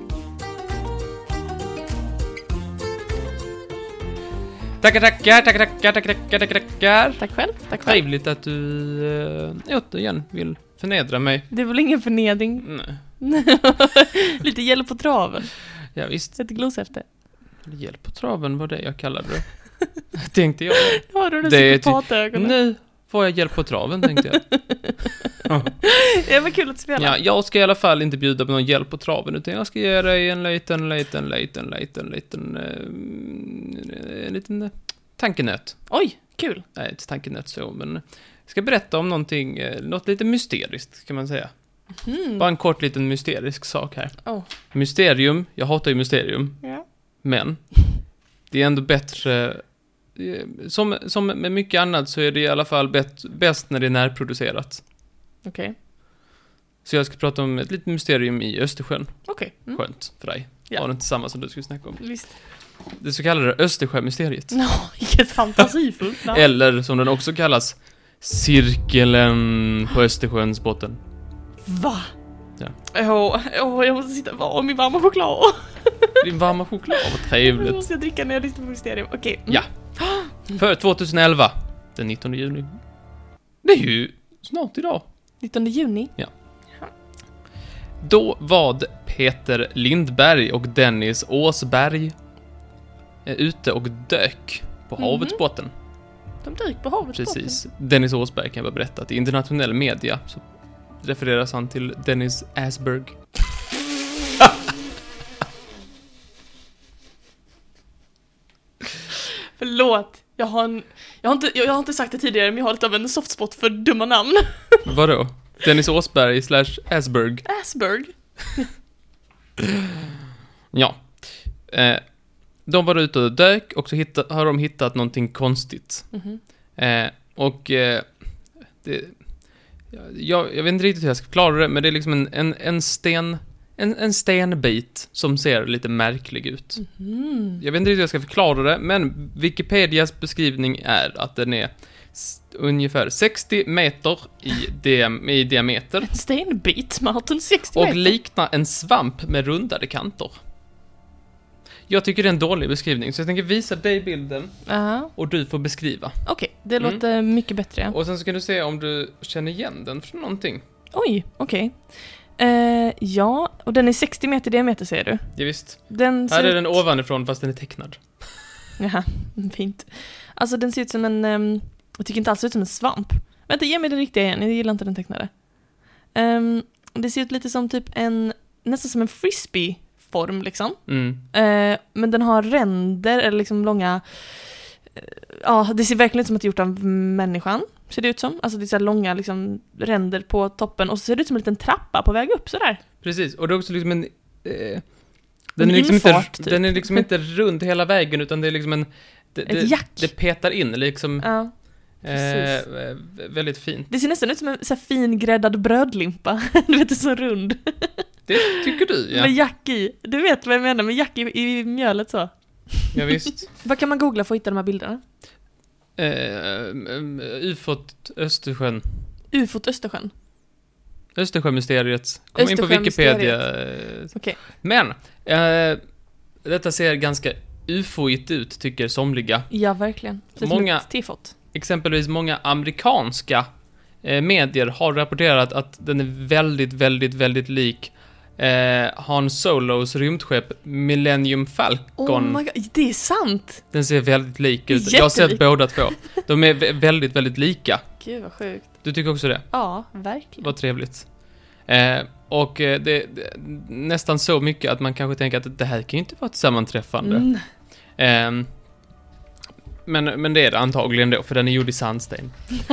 Tackar, tackar, tackar, tackar, tackar, tackar, tackar, tackar. Tack själv. Tack själv. Trevligt att du äh, återigen vill förnedra mig. Det är väl ingen förnedring? Nej. Lite hjälp på traven. Ja, visst. Ett gloshäfte. Hjälp på traven var det jag kallade det. Tänkte jag. Ja, då är det, det psykopatögonen. Nu får jag hjälp på traven, tänkte jag. Ja. Det var kul att spela. Ja, jag ska i alla fall inte bjuda på någon hjälp på traven, utan jag ska ge dig en liten, liten, liten, liten, liten, uh, en liten uh, tankenöt. Oj, kul. Nej, inte tankenöt så, men jag ska berätta om någonting, uh, något lite mysteriskt, kan man säga. Mm. Bara en kort liten mysterisk sak här. Oh. Mysterium, jag hatar ju mysterium. Ja. Men det är ändå bättre, som, som med mycket annat så är det i alla fall bäst, bäst när det är närproducerat. Okej. Okay. Så jag ska prata om ett litet mysterium i Östersjön. Okej. Okay. Mm. Skönt för dig. Ja. Var det inte samma som du skulle snacka om? Visst. Det så kallade Östersjömysteriet. Ja, vilket fantasifullt namn. Eller som den också kallas, cirkeln på Östersjöns botten. Va? Ja. Åh, oh, jag måste sitta var med min varma choklad. Din varma choklad, vad trevligt. Det måste jag dricka när jag lyssnar på mysterium. Okej. Okay. Mm. Ja. För tjugoelva, den nittonde juni. Det är ju snart idag. nittonde juni? Ja. Då var Peter Lindberg och Dennis Åsberg ute och dök på mm-hmm. havets botten. De dök på havets botten? Precis. Dennis Åsberg kan jag berätta att i internationell media så refereras han till Dennis Asberg. Förlåt. Jag har, en, jag, har inte, jag har inte sagt det tidigare, men jag har lite av en softspot för dumma namn. Vadå? Dennis Åsberg slash Asberg. Asberg? Ja. Eh, de var ute och dök och så hitta, har de hittat någonting konstigt. Mm-hmm. Eh, och eh, det, jag, jag vet inte riktigt hur jag ska förklara det, men det är liksom en, en, en sten... En, en stenbit som ser lite märklig ut. Mm. Jag vet inte riktigt hur jag ska förklara det, men Wikipedias beskrivning är att den är s- ungefär sextio meter i, diam- i diameter. En stenbit, Martin, sextio meter. Och liknar en svamp med rundade kanter. Jag tycker det är en dålig beskrivning, så jag tänker visa dig bilden uh-huh. och du får beskriva. Okej, okay, det mm. låter mycket bättre. Och sen så kan du se om du känner igen den från någonting. Oj, okej. Okay. Uh, ja, och den är sextio meter diameter, säger du? Ja, visst. Den här är ut... den ovanifrån fast den är tecknad. Jaha, fint. Alltså den ser ut som en, um, jag tycker inte alls ut som en svamp. Vänta, ge mig det riktiga igen, jag gillar inte den tecknade. Um, det ser ut lite som typ en, nästan som en frisbee-form liksom. Mm. Uh, men den har ränder, eller liksom långa, uh, ja, det ser verkligen ut som att det är gjort av människan. Ser det ut som. Alltså det är så här långa liksom, ränder på toppen. Och så ser det ut som en liten trappa på väg upp sådär. Precis, och det är också liksom en... Eh, den, är liksom infart, inte, typ. Den är liksom inte rund hela vägen, utan det är liksom en... Det, Ett det, jack. Det petar in liksom... Ja, eh, väldigt fint. Det ser nästan ut som en så här fin gräddad brödlimpa. Du vet, det är så rund. Det tycker du, ja. Med jack i. Du vet vad jag menar, med jack i, i mjölet så. Ja, visst. Vad kan man googla för att hitta de här bilderna? Uh, Ufot Östersjön. Ufot Östersjön. Östersjömysteriet. Kom in på Wikipedia. Okay. Men uh, detta ser ganska ufoigt ut, tycker somliga. Ja, verkligen. Många, exempelvis många amerikanska uh, medier har rapporterat att den är väldigt, väldigt, väldigt lik Eh, Han Solos rymdskepp Millennium Falcon. Oh my God, det är sant. Den ser väldigt lik ut. Jättelik. Jag har sett båda två. De är väldigt, väldigt lika. Gud vad sjukt. Du tycker också det? Ja, verkligen. Vad trevligt. eh, Och det, det nästan så mycket att man kanske tänker att det här kan ju inte vara ett sammanträffande. mm. eh, men, men det är det antagligen då, för den är gjord i sandsten.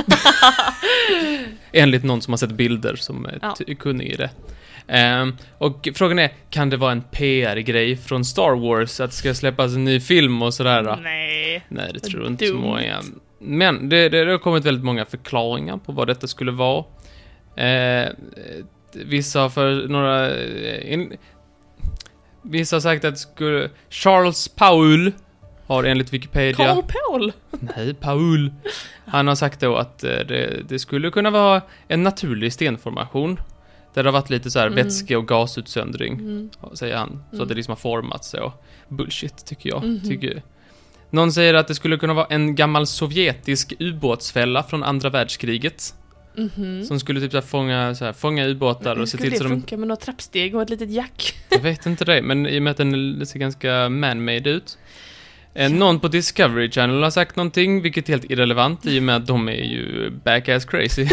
Enligt någon som har sett bilder som är ja. t- kunnig i det. Um, och frågan är, kan det vara en P R-grej från Star Wars att det ska släppas en ny film och sådär? Nej. Nej, det tror jag inte så många. Men det, det, det har kommit väldigt många förklaringar på vad detta skulle vara. Uh, vissa för några... In, vissa har sagt att skulle, Charles Paul har enligt Wikipedia... Carl Paul? Nej, Paul. Han har sagt då att det, det skulle kunna vara en naturlig stenformation. Där det har varit lite så här mm. vätske- och gasutsöndring, mm. säger han. Så mm. att det liksom har formats så. Bullshit, tycker jag. Mm. Tycker. Någon säger att det skulle kunna vara en gammal sovjetisk ubåtsfälla från andra världskriget. Mm-hmm. Som skulle typ så här fånga, så här, fånga ubåtar och se till så de... Skulle det funka med några trappsteg och ett litet jack? Jag vet inte det, men i och med att den ser ganska man-made ut. Ja. Någon på Discovery Channel har sagt någonting, vilket är helt irrelevant i och med att de är ju back-ass crazy.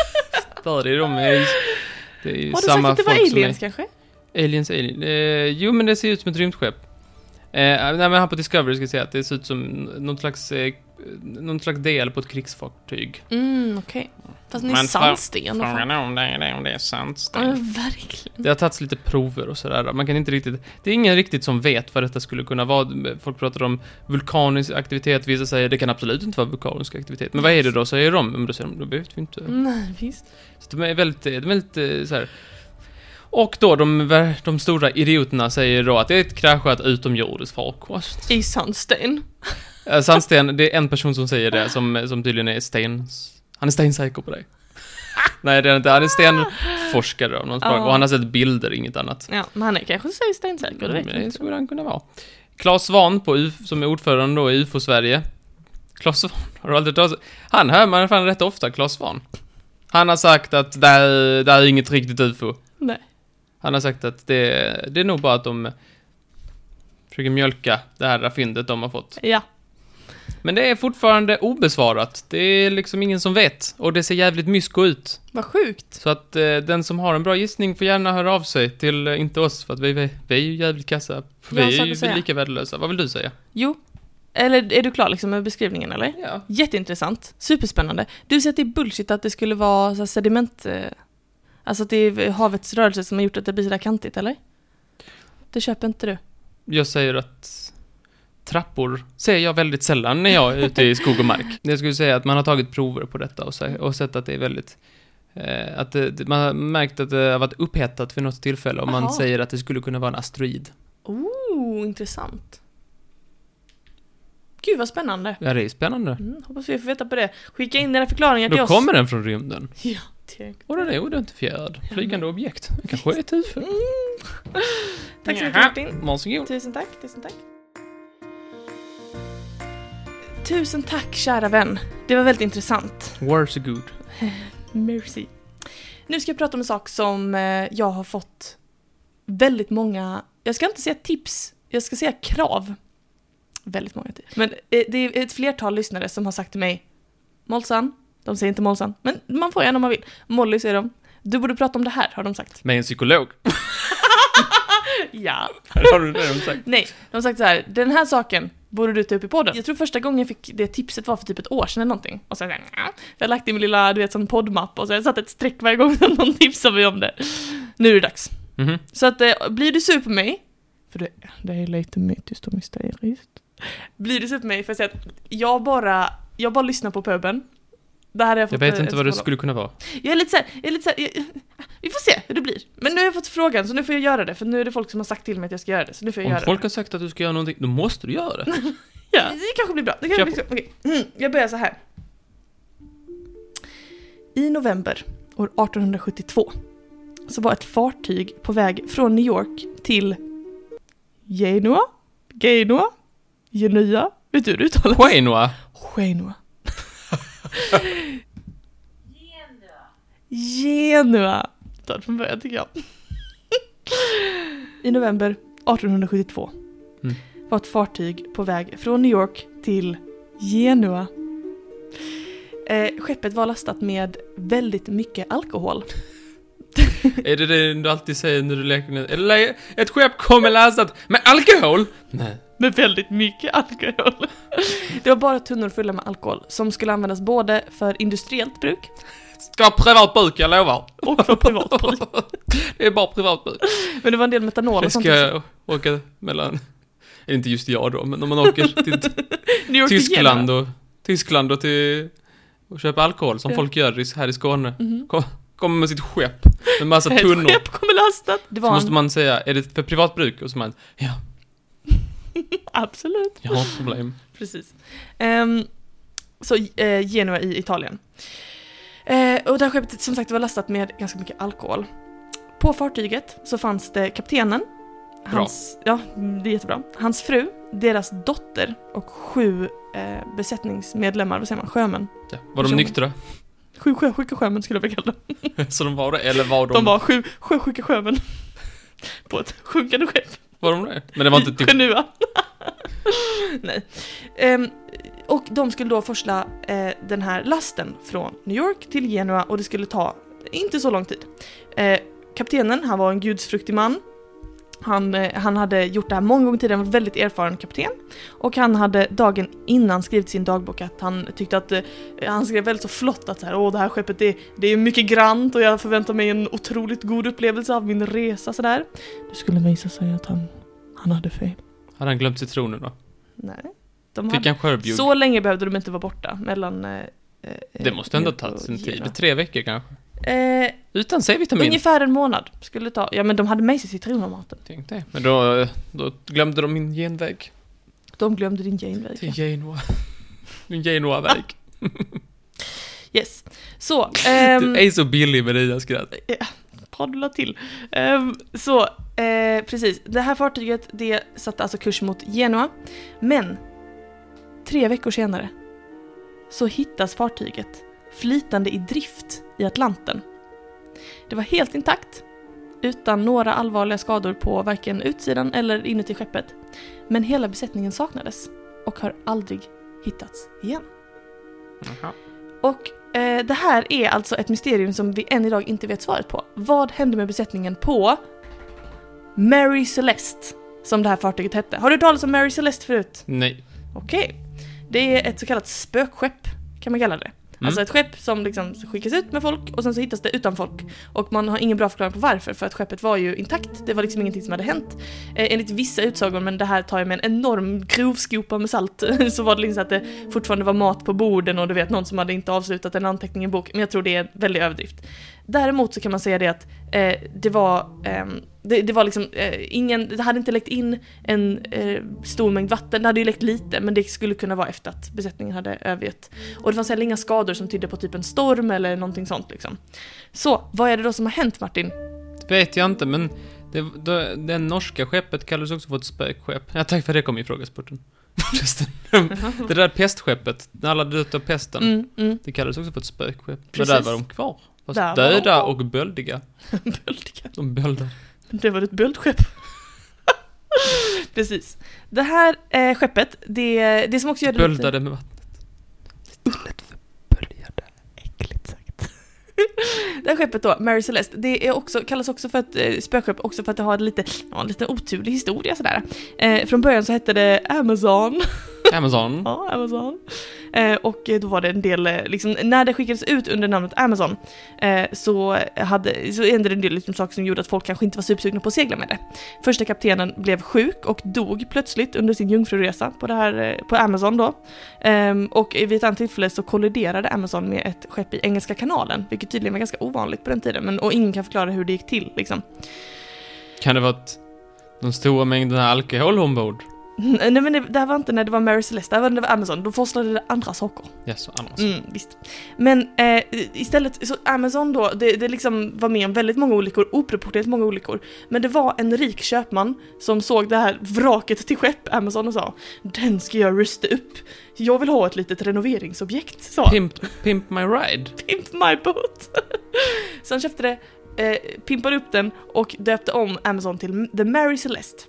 För det är de är, det är ju har du samma sagt att det var folk aliens som är, kanske? Aliens, aliens. Eh, jo, men det ser ut som ett rymdskepp. Eh, nej, men här på Discovery ska jag säga att det ser ut som någon slags, eh, någon slags del på ett krigsfartyg. Mm, okej. Okay. Fast ni är sandsten. Frågan om det är, det är sandsten. Ja, verkligen. Det har tagits lite prover och sådär. Man kan inte riktigt... Det är ingen riktigt som vet vad detta skulle kunna vara. Folk pratar om vulkanisk aktivitet. Vissa säger det kan absolut inte vara vulkanisk aktivitet. Men vad är det då? Säger de? Men då säger de, då vet vi inte. Nej, visst. Så de är väldigt, de är väldigt så här. Och då de, de stora idioterna säger då att det är ett kraschat utomjordiskt farkost. I sandsten. Sandsten, det är en person som säger det som, som tydligen är sten... Han är stensäker på det. Nej, det är inte. Han är stenforskare av någon slag. Oh. Och han har sett bilder, inget annat. Ja, men han är kanske säger stensäker. Det, det, det skulle han kunna vara. Claes Svahn på U F O, som är ordförande då i U F O Sverige. Claes Svahn, har du aldrig talat? Han hör man fan rätt ofta, Claes Svahn. Han har sagt att det är, det är inget riktigt U F O. Nej. Han har sagt att det, det är nog bara att de försöker mjölka det här fyndet de har fått. Ja. Men det är fortfarande obesvarat. Det är liksom ingen som vet. Och det ser jävligt mysko ut. Vad sjukt. Så att eh, den som har en bra gissning får gärna höra av sig till, eh, inte oss. För att vi, vi, vi är ju jävligt kassa. Vi är ju säga. lika värdelösa. Vad vill du säga? Jo. Eller är du klar liksom med beskrivningen, eller? Ja. Jätteintressant. Superspännande. Du säger att det är bullshit att det skulle vara så här sediment... Eh, alltså att det är havets rörelse som har gjort att det blir så där kantigt, eller? Det köper inte du. Jag säger att... Trappor ser jag väldigt sällan när jag är ute i skog och mark. Jag skulle säga att man har tagit prover på detta och, se, och sett att det är väldigt... Eh, att det, man har märkt att det har varit upphettat vid något tillfälle och man Aha. säger att det skulle kunna vara en asteroid. Oh, intressant. Gud vad spännande. Ja, det är spännande. Mm, hoppas vi får veta på det. Skicka in dina förklaringar till Då oss. Då kommer den från rymden. Ja, tack. Och den är oidentifierad. Flygande objekt. Det kanske är ett U F O. Mm. Tack så mycket, Martin. Varsågod. Tusen tack, tusen tack. Tusen tack, kära vän. Det var väldigt intressant. Varsågod. Merci. Nu ska jag prata om en sak som jag har fått väldigt många... Jag ska inte säga tips, jag ska säga krav. Väldigt många tips. Men det är ett flertal lyssnare som har sagt till mig, Molsan, de säger inte Molsan, men man får gärna om man vill. Molly säger de, du borde prata om det här, har de sagt. Med en psykolog. Ja. Har du det de sagt? Nej, de har sagt så här, den här saken borde du ta upp i podden. Jag tror första gången jag fick det tipset var för typ ett år sedan eller någonting. Och så jag, jag har lagt i min lilla, du vet, sån poddmapp och så har jag satt ett streck varje gång någon tipsar mig om det. Nu är det dags. Mm-hmm. Så att, eh, blir du sur på mig, för det, det är lite mytiskt och mysteriskt. Blir du sur på mig för att säga att jag bara, jag bara lyssnar på puben. Det här har jag, fått jag vet inte vad det skulle kunna vara. Jag är lite så här, jag är lite så här, jag, vi får se hur det blir. Men nu har jag fått frågan, så nu får jag göra det. För nu är det folk som har sagt till mig att jag ska göra det. Så nu får jag Om göra folk det. har sagt att du ska göra någonting, då måste du göra det. Ja, det kanske blir bra. Det kanske blir så. Okej. Mm, jag börjar så här. I november år arton sjuttiotvå så var ett fartyg på väg från New York till Genua? Genua? Genua? Vet du hur det uttalas? Genua. Genua. Genua. Där från början tycker jag. I november arton sjuttiotvå mm. var ett fartyg på väg från New York till Genua. Eh, skeppet var lastat med väldigt mycket alkohol. Är det det du alltid säger när du leker? Eller ett skepp kommer lastat med alkohol? Nej. Med väldigt mycket alkohol. Det var bara tunnor fulla med alkohol som skulle användas både för industriellt bruk. Ska vara privat bruk, jag lovar. Och för privat bruk. Det är bara privat bruk. Men det var en del metanol och sånt. Jag ska åka mellan... Är inte just jag då, men om man åker till Tyskland och, Tyskland och till... och köpa alkohol som ja. folk gör här i Skåne. Mm-hmm. Kom, kommer med sitt skepp med massa tunnor. Ett skepp kommer lastat. Det var så en... måste man säga, är det för privat bruk? Och så man, ja. Absolut. Jag har problem. Precis. Um, så uh, Genua i Italien. Uh, och det här skeppet som sagt var lastat med ganska mycket alkohol. På fartyget så fanns det kaptenen. Hans, ja, det är jättebra. Hans fru, deras dotter och sju uh, besättningsmedlemmar, vad säger man, sjömän. Ja, var de nyktra? Sju sjösjuka sjömän skulle jag vilja kalla dem. Så de var det, eller var de... De var sju sjösjuka sjömän på ett sjunkande skepp. Var de det? Men det var inte typ... Genua. Nej. Um, och de skulle då forsla uh, den här lasten från New York till Genua och det skulle ta inte så lång tid. Uh, kaptenen, han var en gudsfruktig man. Han, uh, han hade gjort det här många gånger tidigare, han var väldigt erfaren kapten. Och han hade dagen innan skrivit sin dagbok att han tyckte att uh, han skrev väldigt så flott att så här, åh, det här skeppet det, det är mycket grant och jag förväntar mig en otroligt god upplevelse av min resa så där. Det skulle visa sig att han, han hade fel. Hade han glömt citronen då? Nej. De Fick han skörbjugg? Så länge behövde de inte vara borta mellan... Eh, det måste ändå ta sin tid. Tre veckor kanske? Eh, Utan C-vitamin? Ungefär en månad skulle det ta. Ja, men de hade med sig citronermaten. Tänkte det. Men då, då glömde de min genväg. De glömde din genväg. Till Genua. Min Genua-väg. Yes. Så. Um, du är så billig med dina skratt. Ja, paddla till. Um, så, eh, precis. Det här fartyget, det satte alltså kurs mot Genua. Men tre veckor senare så hittas fartyget flytande i drift i Atlanten. Det var helt intakt, utan några allvarliga skador på varken utsidan eller inuti skeppet. Men hela besättningen saknades och har aldrig hittats igen. Aha. Och eh, det här är alltså ett mysterium som vi än idag inte vet svaret på. Vad hände med besättningen på Mary Celeste, som det här fartyget hette? Har du hört talas om Mary Celeste förut? Nej. Okej. Okay. Det är ett så kallat spökskepp, kan man kalla det. Mm. Alltså ett skepp som liksom skickas ut med folk och sen så hittas det utan folk. Och man har ingen bra förklaring på varför, för att skeppet var ju intakt. Det var liksom ingenting som hade hänt. Eh, enligt vissa utsagor, men det här tar jag med en enorm grovskopa med salt, så var det liksom att det fortfarande var mat på borden och du vet, någon som hade inte avslutat en anteckning i en bok. Men jag tror det är en väldigt överdrift. Däremot så kan man säga det att eh, det var eh, det, det var liksom eh, ingen, det hade inte läckt in en eh, stor mängd vatten. Det hade ju läckt lite, men det skulle kunna vara efter att besättningen hade övergett. Och det fanns heller inga skador som tydde på typ en storm eller någonting sånt liksom. Så, vad är det då som har hänt, Martin? Det vet jag inte, men det, det, det norska skeppet kallades också för ett spökskepp. Ja, tack för det kom i frågesporten. uh-huh. Det där pestskeppet, när alla dött av pesten, mm, mm. det kallades också för ett spökskepp. Men där var de kvar. Fast där döda de... och böldiga. Böldiga. De böldar. Det var ett böldskepp. Precis. Det här eh, skeppet, det, det som också gör det böldade lite... med vattnet. Ullet för böljade. Äckligt sagt. Det här skeppet då, Mary Celeste, det är också, kallas också för ett eh, spökskepp, också för att det har lite, ja, lite oturlig historia sådär. Eh, från början så hette det Amazon. Amazon. Ja, Amazon. Eh, och då var det en del, liksom, när det skickades ut under namnet Amazon eh, så, hade, så hände det en del liksom, saker som gjorde att folk kanske inte var supersugna på att segla med det. Första kaptenen blev sjuk och dog plötsligt under sin jungfruresa på, det här, på Amazon då. Eh, och vid ett annat tillfälle så kolliderade Amazon med ett skepp i Engelska kanalen, vilket tydligen var ganska ovanligt på den tiden, men, och ingen kan förklara hur det gick till. Liksom. Kan det vara att de stora mängderna alkohol ombord? Nej, men det, det här var inte när det var Mary Celeste, det var när det var Amazon. Då forslade det andra saker. Ja, så andra saker. Mm, visst. Men eh, istället, så Amazon då, det, det liksom var med om väldigt många olyckor, oproportionerligt många olyckor. Men det var en rik köpman som såg det här vraket till skepp Amazon och sa: den ska jag rusta upp. Jag vill ha ett litet renoveringsobjekt, sa Pimp, pimp my ride. Pimp my boat. Så han köpte det, eh, pimpade upp den och döpte om Amazon till The Mary Celeste.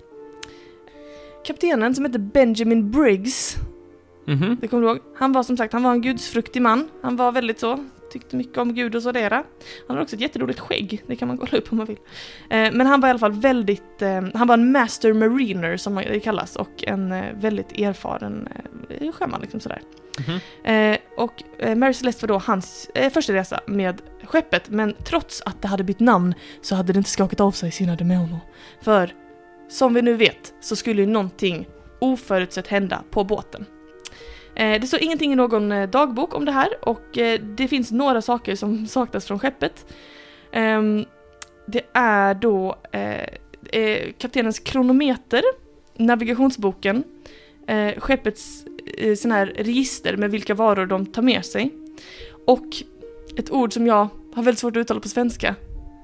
Kaptenen, som hette Benjamin Briggs, mm-hmm. det kommer du ihåg, han var som sagt, han var en gudsfruktig man. Han var väldigt så, tyckte mycket om Gud och sådär. Han hade också ett jätteroligt skägg, det kan man kolla upp om man vill. Eh, men han var i alla fall väldigt, eh, han var en master mariner som det kallas, och en eh, väldigt erfaren eh, sjöman liksom sådär. Mm-hmm. Eh, och eh, Mary Celeste var då hans eh, första resa med skeppet, men trots att det hade bytt namn så hade det inte skakat av sig sina demoner. För som vi nu vet så skulle ju någonting oförutsett hända på båten. Eh, det står ingenting i någon eh, dagbok om det här, och eh, det finns några saker som saknas från skeppet. Eh, det är då eh, eh, kaptenens kronometer, navigationsboken, eh, skeppets eh, sån här register med vilka varor de tar med sig, och ett ord som jag har väldigt svårt att uttala på svenska.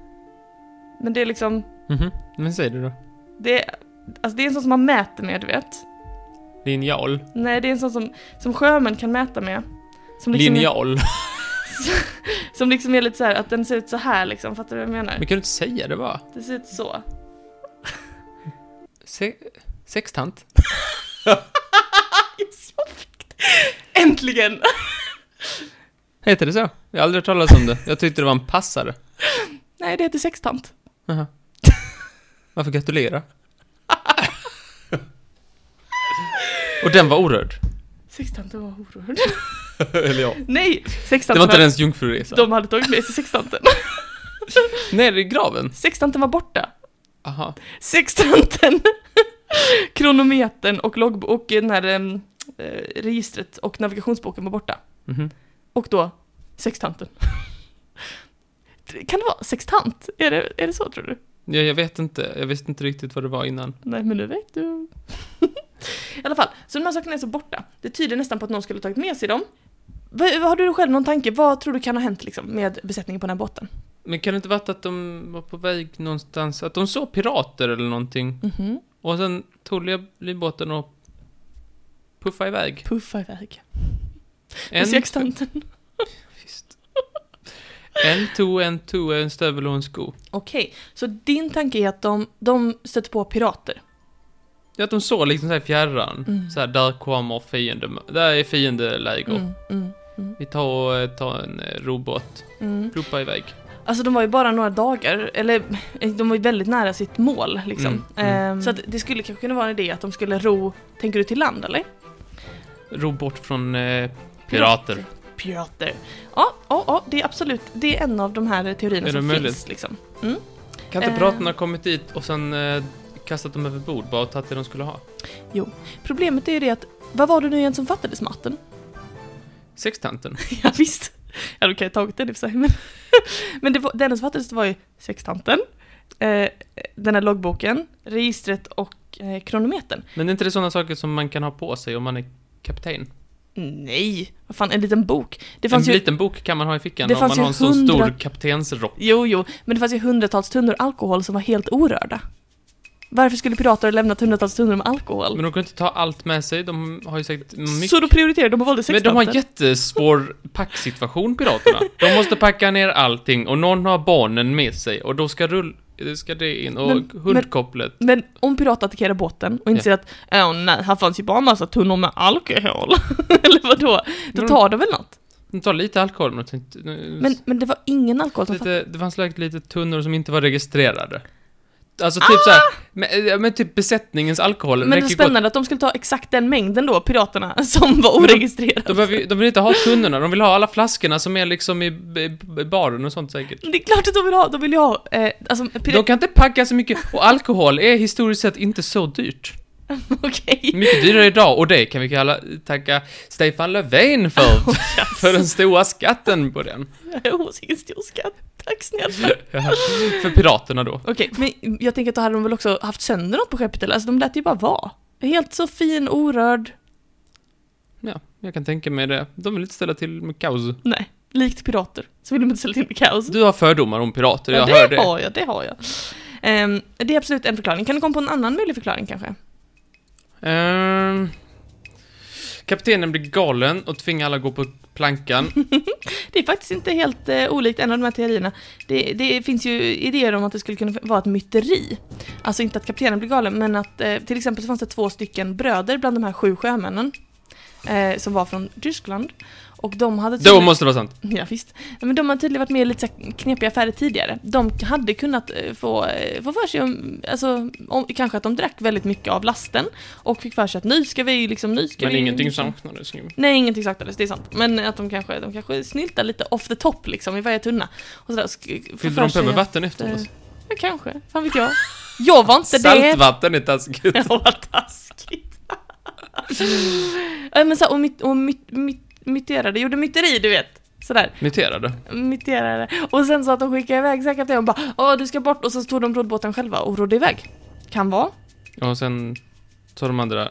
Men det är liksom... Mm-hmm. Men säg det då. Det är, alltså det är en sån som man mäter med, du vet. Linjal? Nej, det är en sån som, som sjömän kan mäta med. Som liksom Linjal? Är, Som liksom är lite så här, att den ser ut så här liksom, fattar du vad jag menar? Men kan du inte säga det bara? Det ser ut så. Se- sextant? Yes, jag fick det. Äntligen! Heter det så? Jag har aldrig hört talas om det. Jag tyckte det var en passare. Nej, det heter sextant. Jaha. Varför gratulera? Och den var orörd. Sextanten var orörd. Eller ja. Nej, sextanten det var inte ens jungfruresa. De hade tagit med sig sextanten. Nere i graven? Sextanten var borta. Aha. Sextanten, kronometern och logg och den här eh, registret och navigationsboken var borta. Mm-hmm. Och då sextanten. Kan det vara sextant? Är det, är det så, tror du? Ja, jag vet inte. Jag visste inte riktigt vad det var innan. Nej, men nu vet du. I alla fall, så de här sakerna är så borta. Det tyder nästan på att någon skulle ha tagit med sig dem. V- har du själv någon tanke? Vad tror du kan ha hänt liksom, med besättningen på den här båten? Men kan det inte varit att de var på väg någonstans? Att de såg pirater eller någonting? Mm-hmm. Och sen tog livbåten och puffa iväg. Puffa iväg. En, sextanten. Visst. En, to, en, to, en stövel och en sko. Okej, så din tanke är att de, de stötte på pirater? Ja, att de såg liksom så här fjärran. Mm. Så här, där kommer fiende. Där är fiendeläger. Mm, mm, mm. Vi tar och tar en eh, robåt. Mm. Pluppa iväg. Alltså de var ju bara några dagar, eller de var ju väldigt nära sitt mål liksom. Mm, mm. Ehm, så att det skulle kanske kunna vara en idé att de skulle ro, tänker du, till land, eller? Ro bort från eh, pirater. Pirater. Ja, ja, ja, det är absolut, det är en av de här teorierna Är som det finns möjligt? liksom. Mm. Kan inte Eh. piraterna ha kommit dit och sen eh, kastat dem över bord bara och tagit det de skulle ha? Jo, problemet är ju det att, vad var det nu igen som fattades, matten? Sextanten. Ja, visst. Ja, då kan jag ha tagit den i och för sig. Men, men det var, det enda som fattades var ju sextanten, eh, den här loggboken, registret och eh, kronometern. Men är inte det sådana saker som man kan ha på sig om man är kapten? Nej, vad fan, en liten bok. Det En fanns ju, liten bok kan man ha i fickan det om man fanns ju har en så hundra- stor kaptensrock. jo, jo, men det fanns ju hundratals tunnor alkohol som var helt orörda. Varför skulle pirater ha lämnat hundratals tunnor med alkohol? Men de kan inte ta allt med sig, de har ju säkert mycket. Så då prioriterar de och valde Men sextanten. de har en jättesvår packsituation, piraterna. De måste packa ner allting och någon har barnen med sig och då ska rull... Det ska det in och Men- hundkopplet. Men om pirater attackerar båten och inser att åh nej, här fanns ju bara en massa tunnor med alkohol. Eller vadå? Då Men- tar de väl något? De tar lite alkohol. Men, tänkte, Men, men det var ingen alkohol som lite, det fanns säkert lite tunnor som inte var registrerade. Alltså typ så här, men, men typ besättningens alkohol. Men det är räcker spännande gott. att de skulle ta exakt den mängden då, piraterna, som var oregistrerade. De, behöver, de vill inte ha tunnorna, de vill ha alla flaskorna som är liksom i, i, i baren och sånt säkert. Det är klart att de vill ha, de vill ju ha, eh, alltså, pira- De kan inte packa så mycket, och alkohol är historiskt sett inte så dyrt. okej. Mycket dyrare idag, och det kan vi kalla, tacka Stefan Löfven för, för den stora skatten på den. Jo, vilken stor skatt. Tack snälla. För piraterna då. Okej, men jag tänker att då hade de väl också haft sönder något på skeppet, eller? Alltså de lät ju bara vara. Helt så fin, orörd. Ja, jag kan tänka mig det. De vill inte ställa till med kaos. Nej, likt pirater. Så vill de inte ställa till med kaos. Du har fördomar om pirater, jag ja, hör det det. har jag, det har jag. Ehm, det är absolut en förklaring. Kan du komma på en annan möjlig förklaring kanske? Ehm, kaptenen blir galen och tvingar alla gå på plankan. Det är faktiskt inte helt eh, olikt en av de här teorierna. Det, det finns ju idéer om att det skulle kunna vara ett myteri. Alltså inte att kaptenen blir galen, men att eh, till exempel så fanns det två stycken bröder bland de här sju sjömännen eh, som var från Tyskland. Och de hade Då tydligen- måste det vara sant. Ja, visst. Men de har tydligen varit med i lite så här knepiga affärer tidigare. De hade kunnat eh, få, eh, få för sig om, alltså, om, kanske att de drack väldigt mycket av lasten och fick för sig att nu ska vi liksom, nu ska Men vi... ingenting liksom, saknades ju. Nej, ingenting saknades, det är sant. Men att de kanske, de kanske snyltar lite off the top liksom i varje tunna. Och sådär, sk- få Fyllde för de på sig med att, vatten efteråt? eh, Ja, kanske. Fan vet jag. Jag var inte det. Saltvatten är taskigt. Ja, vad taskigt. Ja, men så, och myt, och myt, myt, myterade, gjorde myteri, du vet. Sådär. Myterade. Myterade. Och sen så att de skickade iväg så här kaptenen och bara, åh du ska bort. Och så stod de roddbåten själva och rodde iväg. Kan vara. Och sen tar de andra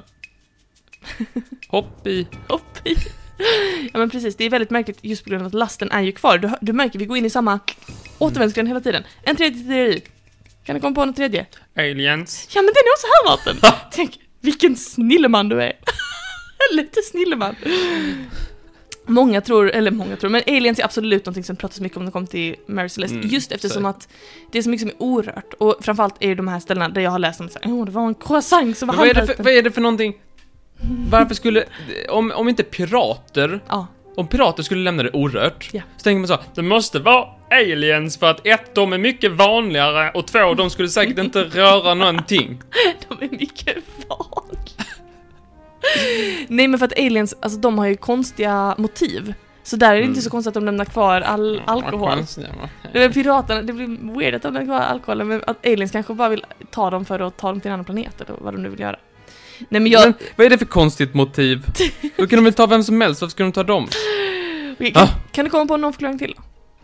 hopp i. Hopp i. Ja men precis, det är väldigt märkligt just på grund av att lasten är ju kvar. Du, du märker, vi går in i samma återvändsgränd hela tiden. En tredje teori. Kan du komma på något tredje? Aliens. Ja men den är också här, Martin. Tänk, vilken snilleman du är. Lite snilleman. Många tror, eller många tror, men aliens är absolut någonting som pratas mycket om när det kommer till Mary Celeste. Mm, just eftersom så. Att det är så mycket som är orört. Och framförallt är det de här ställena där jag har läst om så, åh, det var en croissant som var vad är, det för, vad är det för någonting? Varför skulle, om, om inte pirater, ja. om pirater skulle lämna det orört, ja. så tänker man så, det måste vara aliens för att ett, de är mycket vanligare och två, de skulle säkert inte röra någonting. De är mycket vanliga. Nej, men för att aliens, alltså de har ju konstiga motiv. Så där är det mm. inte så konstigt att de lämnar kvar all alkohol. Det är piraterna, det blir weird att de lämnar kvar alkohol, men att aliens kanske bara vill ta dem för att ta dem till en annan planet eller vad de nu vill göra. Nej, men jag... Men, vad är det för konstigt motiv? Då kan de väl ta vem som helst, varför ska de ta dem? Okay, kan, ah. kan du komma på någon förklaring till då?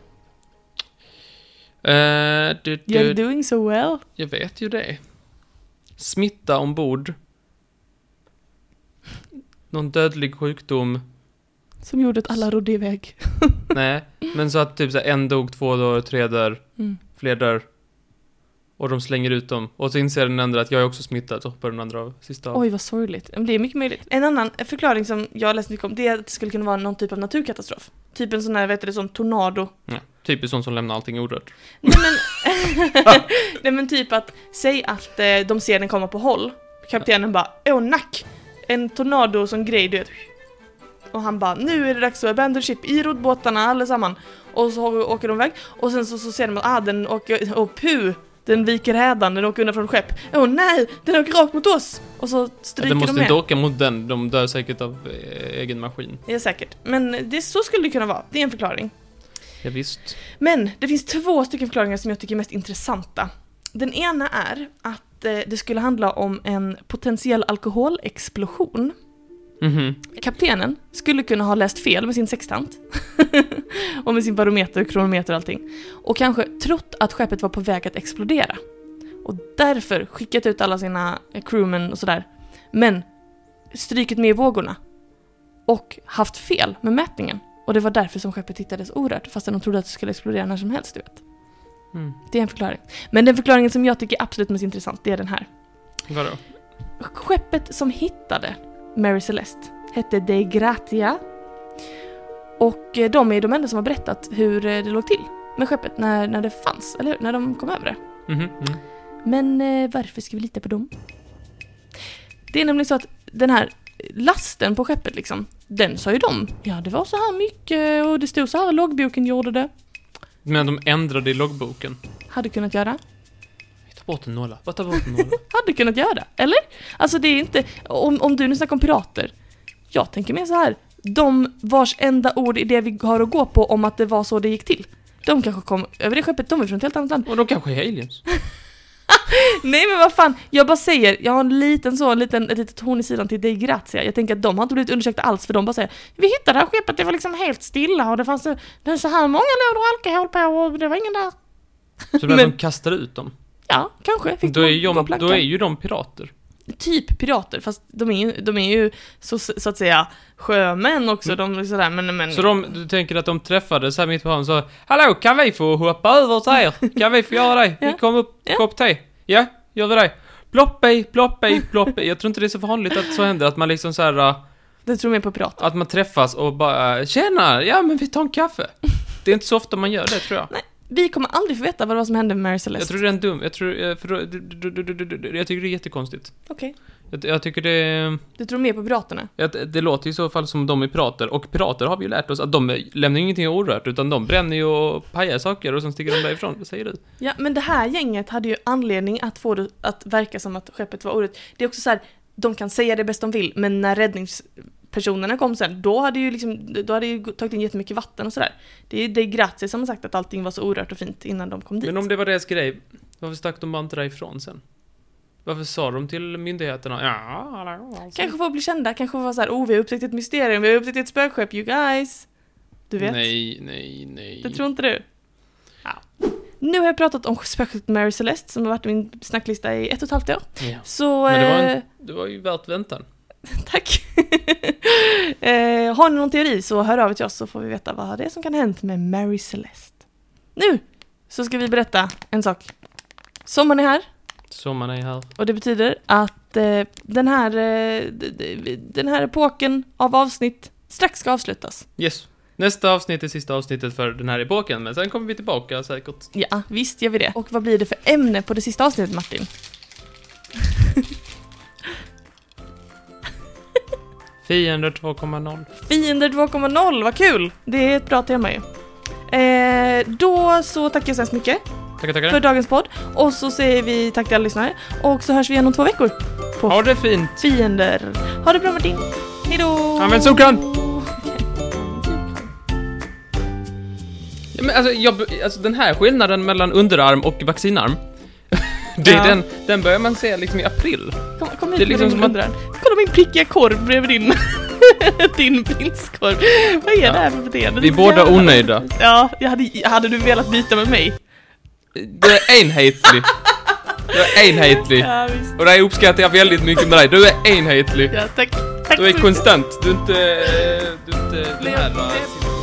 Uh, du, du, You're doing so well. Jag vet ju det. Smitta ombord. Någon dödlig sjukdom. Som gjorde att alla rodde iväg. Nej, men så att typ så här, en dog, två dör, tre dör, mm. fler dör. Och de slänger ut dem. Och så inser den andra att jag är också smittad. Så hoppar den andra av sista av. Oj, vad sorgligt. Det är mycket möjligt. En annan förklaring som jag har läst mycket om, det är att det skulle kunna vara någon typ av naturkatastrof. Typ en sån här, vet du, sån tornado. Ja, typ en sån som lämnar allting orört. Nej men, Nej, men typ att, säg att eh, de ser den komma på håll. Kaptenen bara, åh nack. En tornado som grej, du vet. Och han bara, nu är det dags att abandon ship i rodbåtarna allesamman. Och så åker de iväg. Och sen så, så ser de att ah, den åker, och puh, den viker hädan, den åker undan från skepp. Åh nej, den åker rakt mot oss. Och så stryker de med. De måste inte åka mot den, de dör säkert av eh, egen maskin. Ja, säkert. Men det, så skulle det kunna vara, det är en förklaring. Ja, visst. Men det finns två stycken förklaringar som jag tycker är mest intressanta. Den ena är att eh, det skulle handla om en potentiell alkoholexplosion. Mm-hmm. Kaptenen skulle kunna ha läst fel med sin sextant och med sin barometer, kronometer och allting, och kanske trott att skeppet var på väg att explodera och därför skickat ut alla sina crewmen och sådär, men strykit med i vågorna och haft fel med mätningen, och det var därför som skeppet hittades orört fast de trodde att det skulle explodera när som helst, du vet. Mm. Det är en förklaring. Men den förklaringen som jag tycker är absolut mest intressant, det är den här. Vadå? Skeppet som hittade Mary Celeste hette Dei Gratia, och de är de enda som har berättat hur det låg till med skeppet när, när det fanns, eller hur? När de kom över det. Mm-hmm. Mm. Men eh, varför ska vi lita på dem? Det är nämligen så att den här lasten på skeppet liksom, den sa ju de, ja det var så här mycket och det stod så här, loggboken gjorde det. Men de ändrade i loggboken. Hade kunnat göra. Ta bort en nolla. Vad ta bort en nolla? Hade kunnat göra, eller? Alltså det är inte, om, om du nu snackar om pirater, jag tänker mer så här, de vars enda ord är det vi har att gå på om att det var så det gick till. De kanske kom över det skeppet, de är från ett helt annat land. Och de kanske är aliens. Nej men vad fan, jag bara säger, jag har en liten så, en liten, ett litet horn i sidan till Dei Gratia. Jag tänker att de har inte blivit undersökta alls, för de bara säger, vi hittade det här skeppet, det var liksom helt stilla och det fanns det, det så här många lådor alkohol på och det var ingen där. Så det är men, de kastar ut dem? Ja, kanske. Fick då, är ju, då är ju de pirater. Typ pirater, fast de är ju, de är ju så, så att säga sjömän också, mm. de sådär, men, men så de, du tänker att de träffades här mitt på haven, så hallå, kan vi få hoppa över till er? Kan vi få göra det? Ja. Vi kommer upp, ja. Kopp te. Ja, gör vi det. Ploppej, ploppej, ploppej. Jag tror inte det är så vanligt att så händer, att man liksom så här. Det tror jag på pirater. Att man träffas och bara, tjena, ja men vi tar en kaffe. Det är inte så ofta man gör det, tror jag. Nej. Vi kommer aldrig få veta vad det var som hände med Mary Celeste. Jag tror det är en dum. Jag, tror, för, jag tycker det är jättekonstigt. Okej. Okay. Jag, jag tycker det... Du tror mer på piraterna? Det, det låter i så fall som de är pirater. Och pirater har vi ju lärt oss att de lämnar ingenting orört. Utan de bränner ju och pajar saker och sen sticker de därifrån. Vad säger du? Ja, men det här gänget hade ju anledning att få det att verka som att skeppet var orört. Det är också så här, de kan säga det bäst de vill. Men när räddnings... personerna kom sen, då hade ju liksom, då hade ju tagit in jättemycket vatten och sådär. Det är ju Dei Gratia som har sagt att allting var så orört och fint innan de kom dit. Men om det var deras grej, varför stack de bara inte därifrån sen? Varför sa de till myndigheterna? Ja, alltså. Kanske för att bli kända, kanske för att vara såhär, oh vi har upptäckt ett mysterium, vi har upptäckt ett spökskepp, you guys. Du vet? Nej, nej, nej. Det tror inte du? Ja. Nu har jag pratat om spökskeppet Mary Celeste som har varit min snacklista i ett och ett halvt år. Ja. Så, men det var, en, det var ju värt väntan. Tack. eh, har ni någon teori så hör av er till oss så får vi veta vad det är som kan ha hänt med Mary Celeste. Nu så ska vi berätta en sak. Sommaren är här. Sommaren är här. Och det betyder att eh, den här eh, d- d- den här epoken av avsnitt strax ska avslutas. Yes. Nästa avsnitt är sista avsnittet för den här epoken, men sen kommer vi tillbaka säkert. Ja, visst gör vi det. Och vad blir det för ämne på det sista avsnittet, Martin? Fiender två komma noll. Fiender två komma noll, vad kul! Det är ett bra tema ju. Eh, då så tackar jag så hemskt mycket tackar, tackar. för dagens podd. Och så säger vi tack till alla lyssnare. Och så hörs vi igen om två veckor. På ha det fint. Fiender. Ha det bra, Martin. Hej då! Använd solkran! Ja, men alltså, jag, alltså den här skillnaden mellan underarm och vaccinarm, det är ja. den, den börjar man se liksom i april. Kom, kom hit det är liksom med din underarm. Kolla min prickiga korv bredvid din, din prinskorv. Vad är ja. det här för beteende? Vi är båda onöjda. Ja, jag hade, hade du velat byta med mig? Du är enhetlig. Du är enhetlig. Ja, visst. Och det uppskattar jag väldigt mycket med dig. Du är enhetlig. Ja, tack. tack du är konstant. Du är inte... Du är inte den här...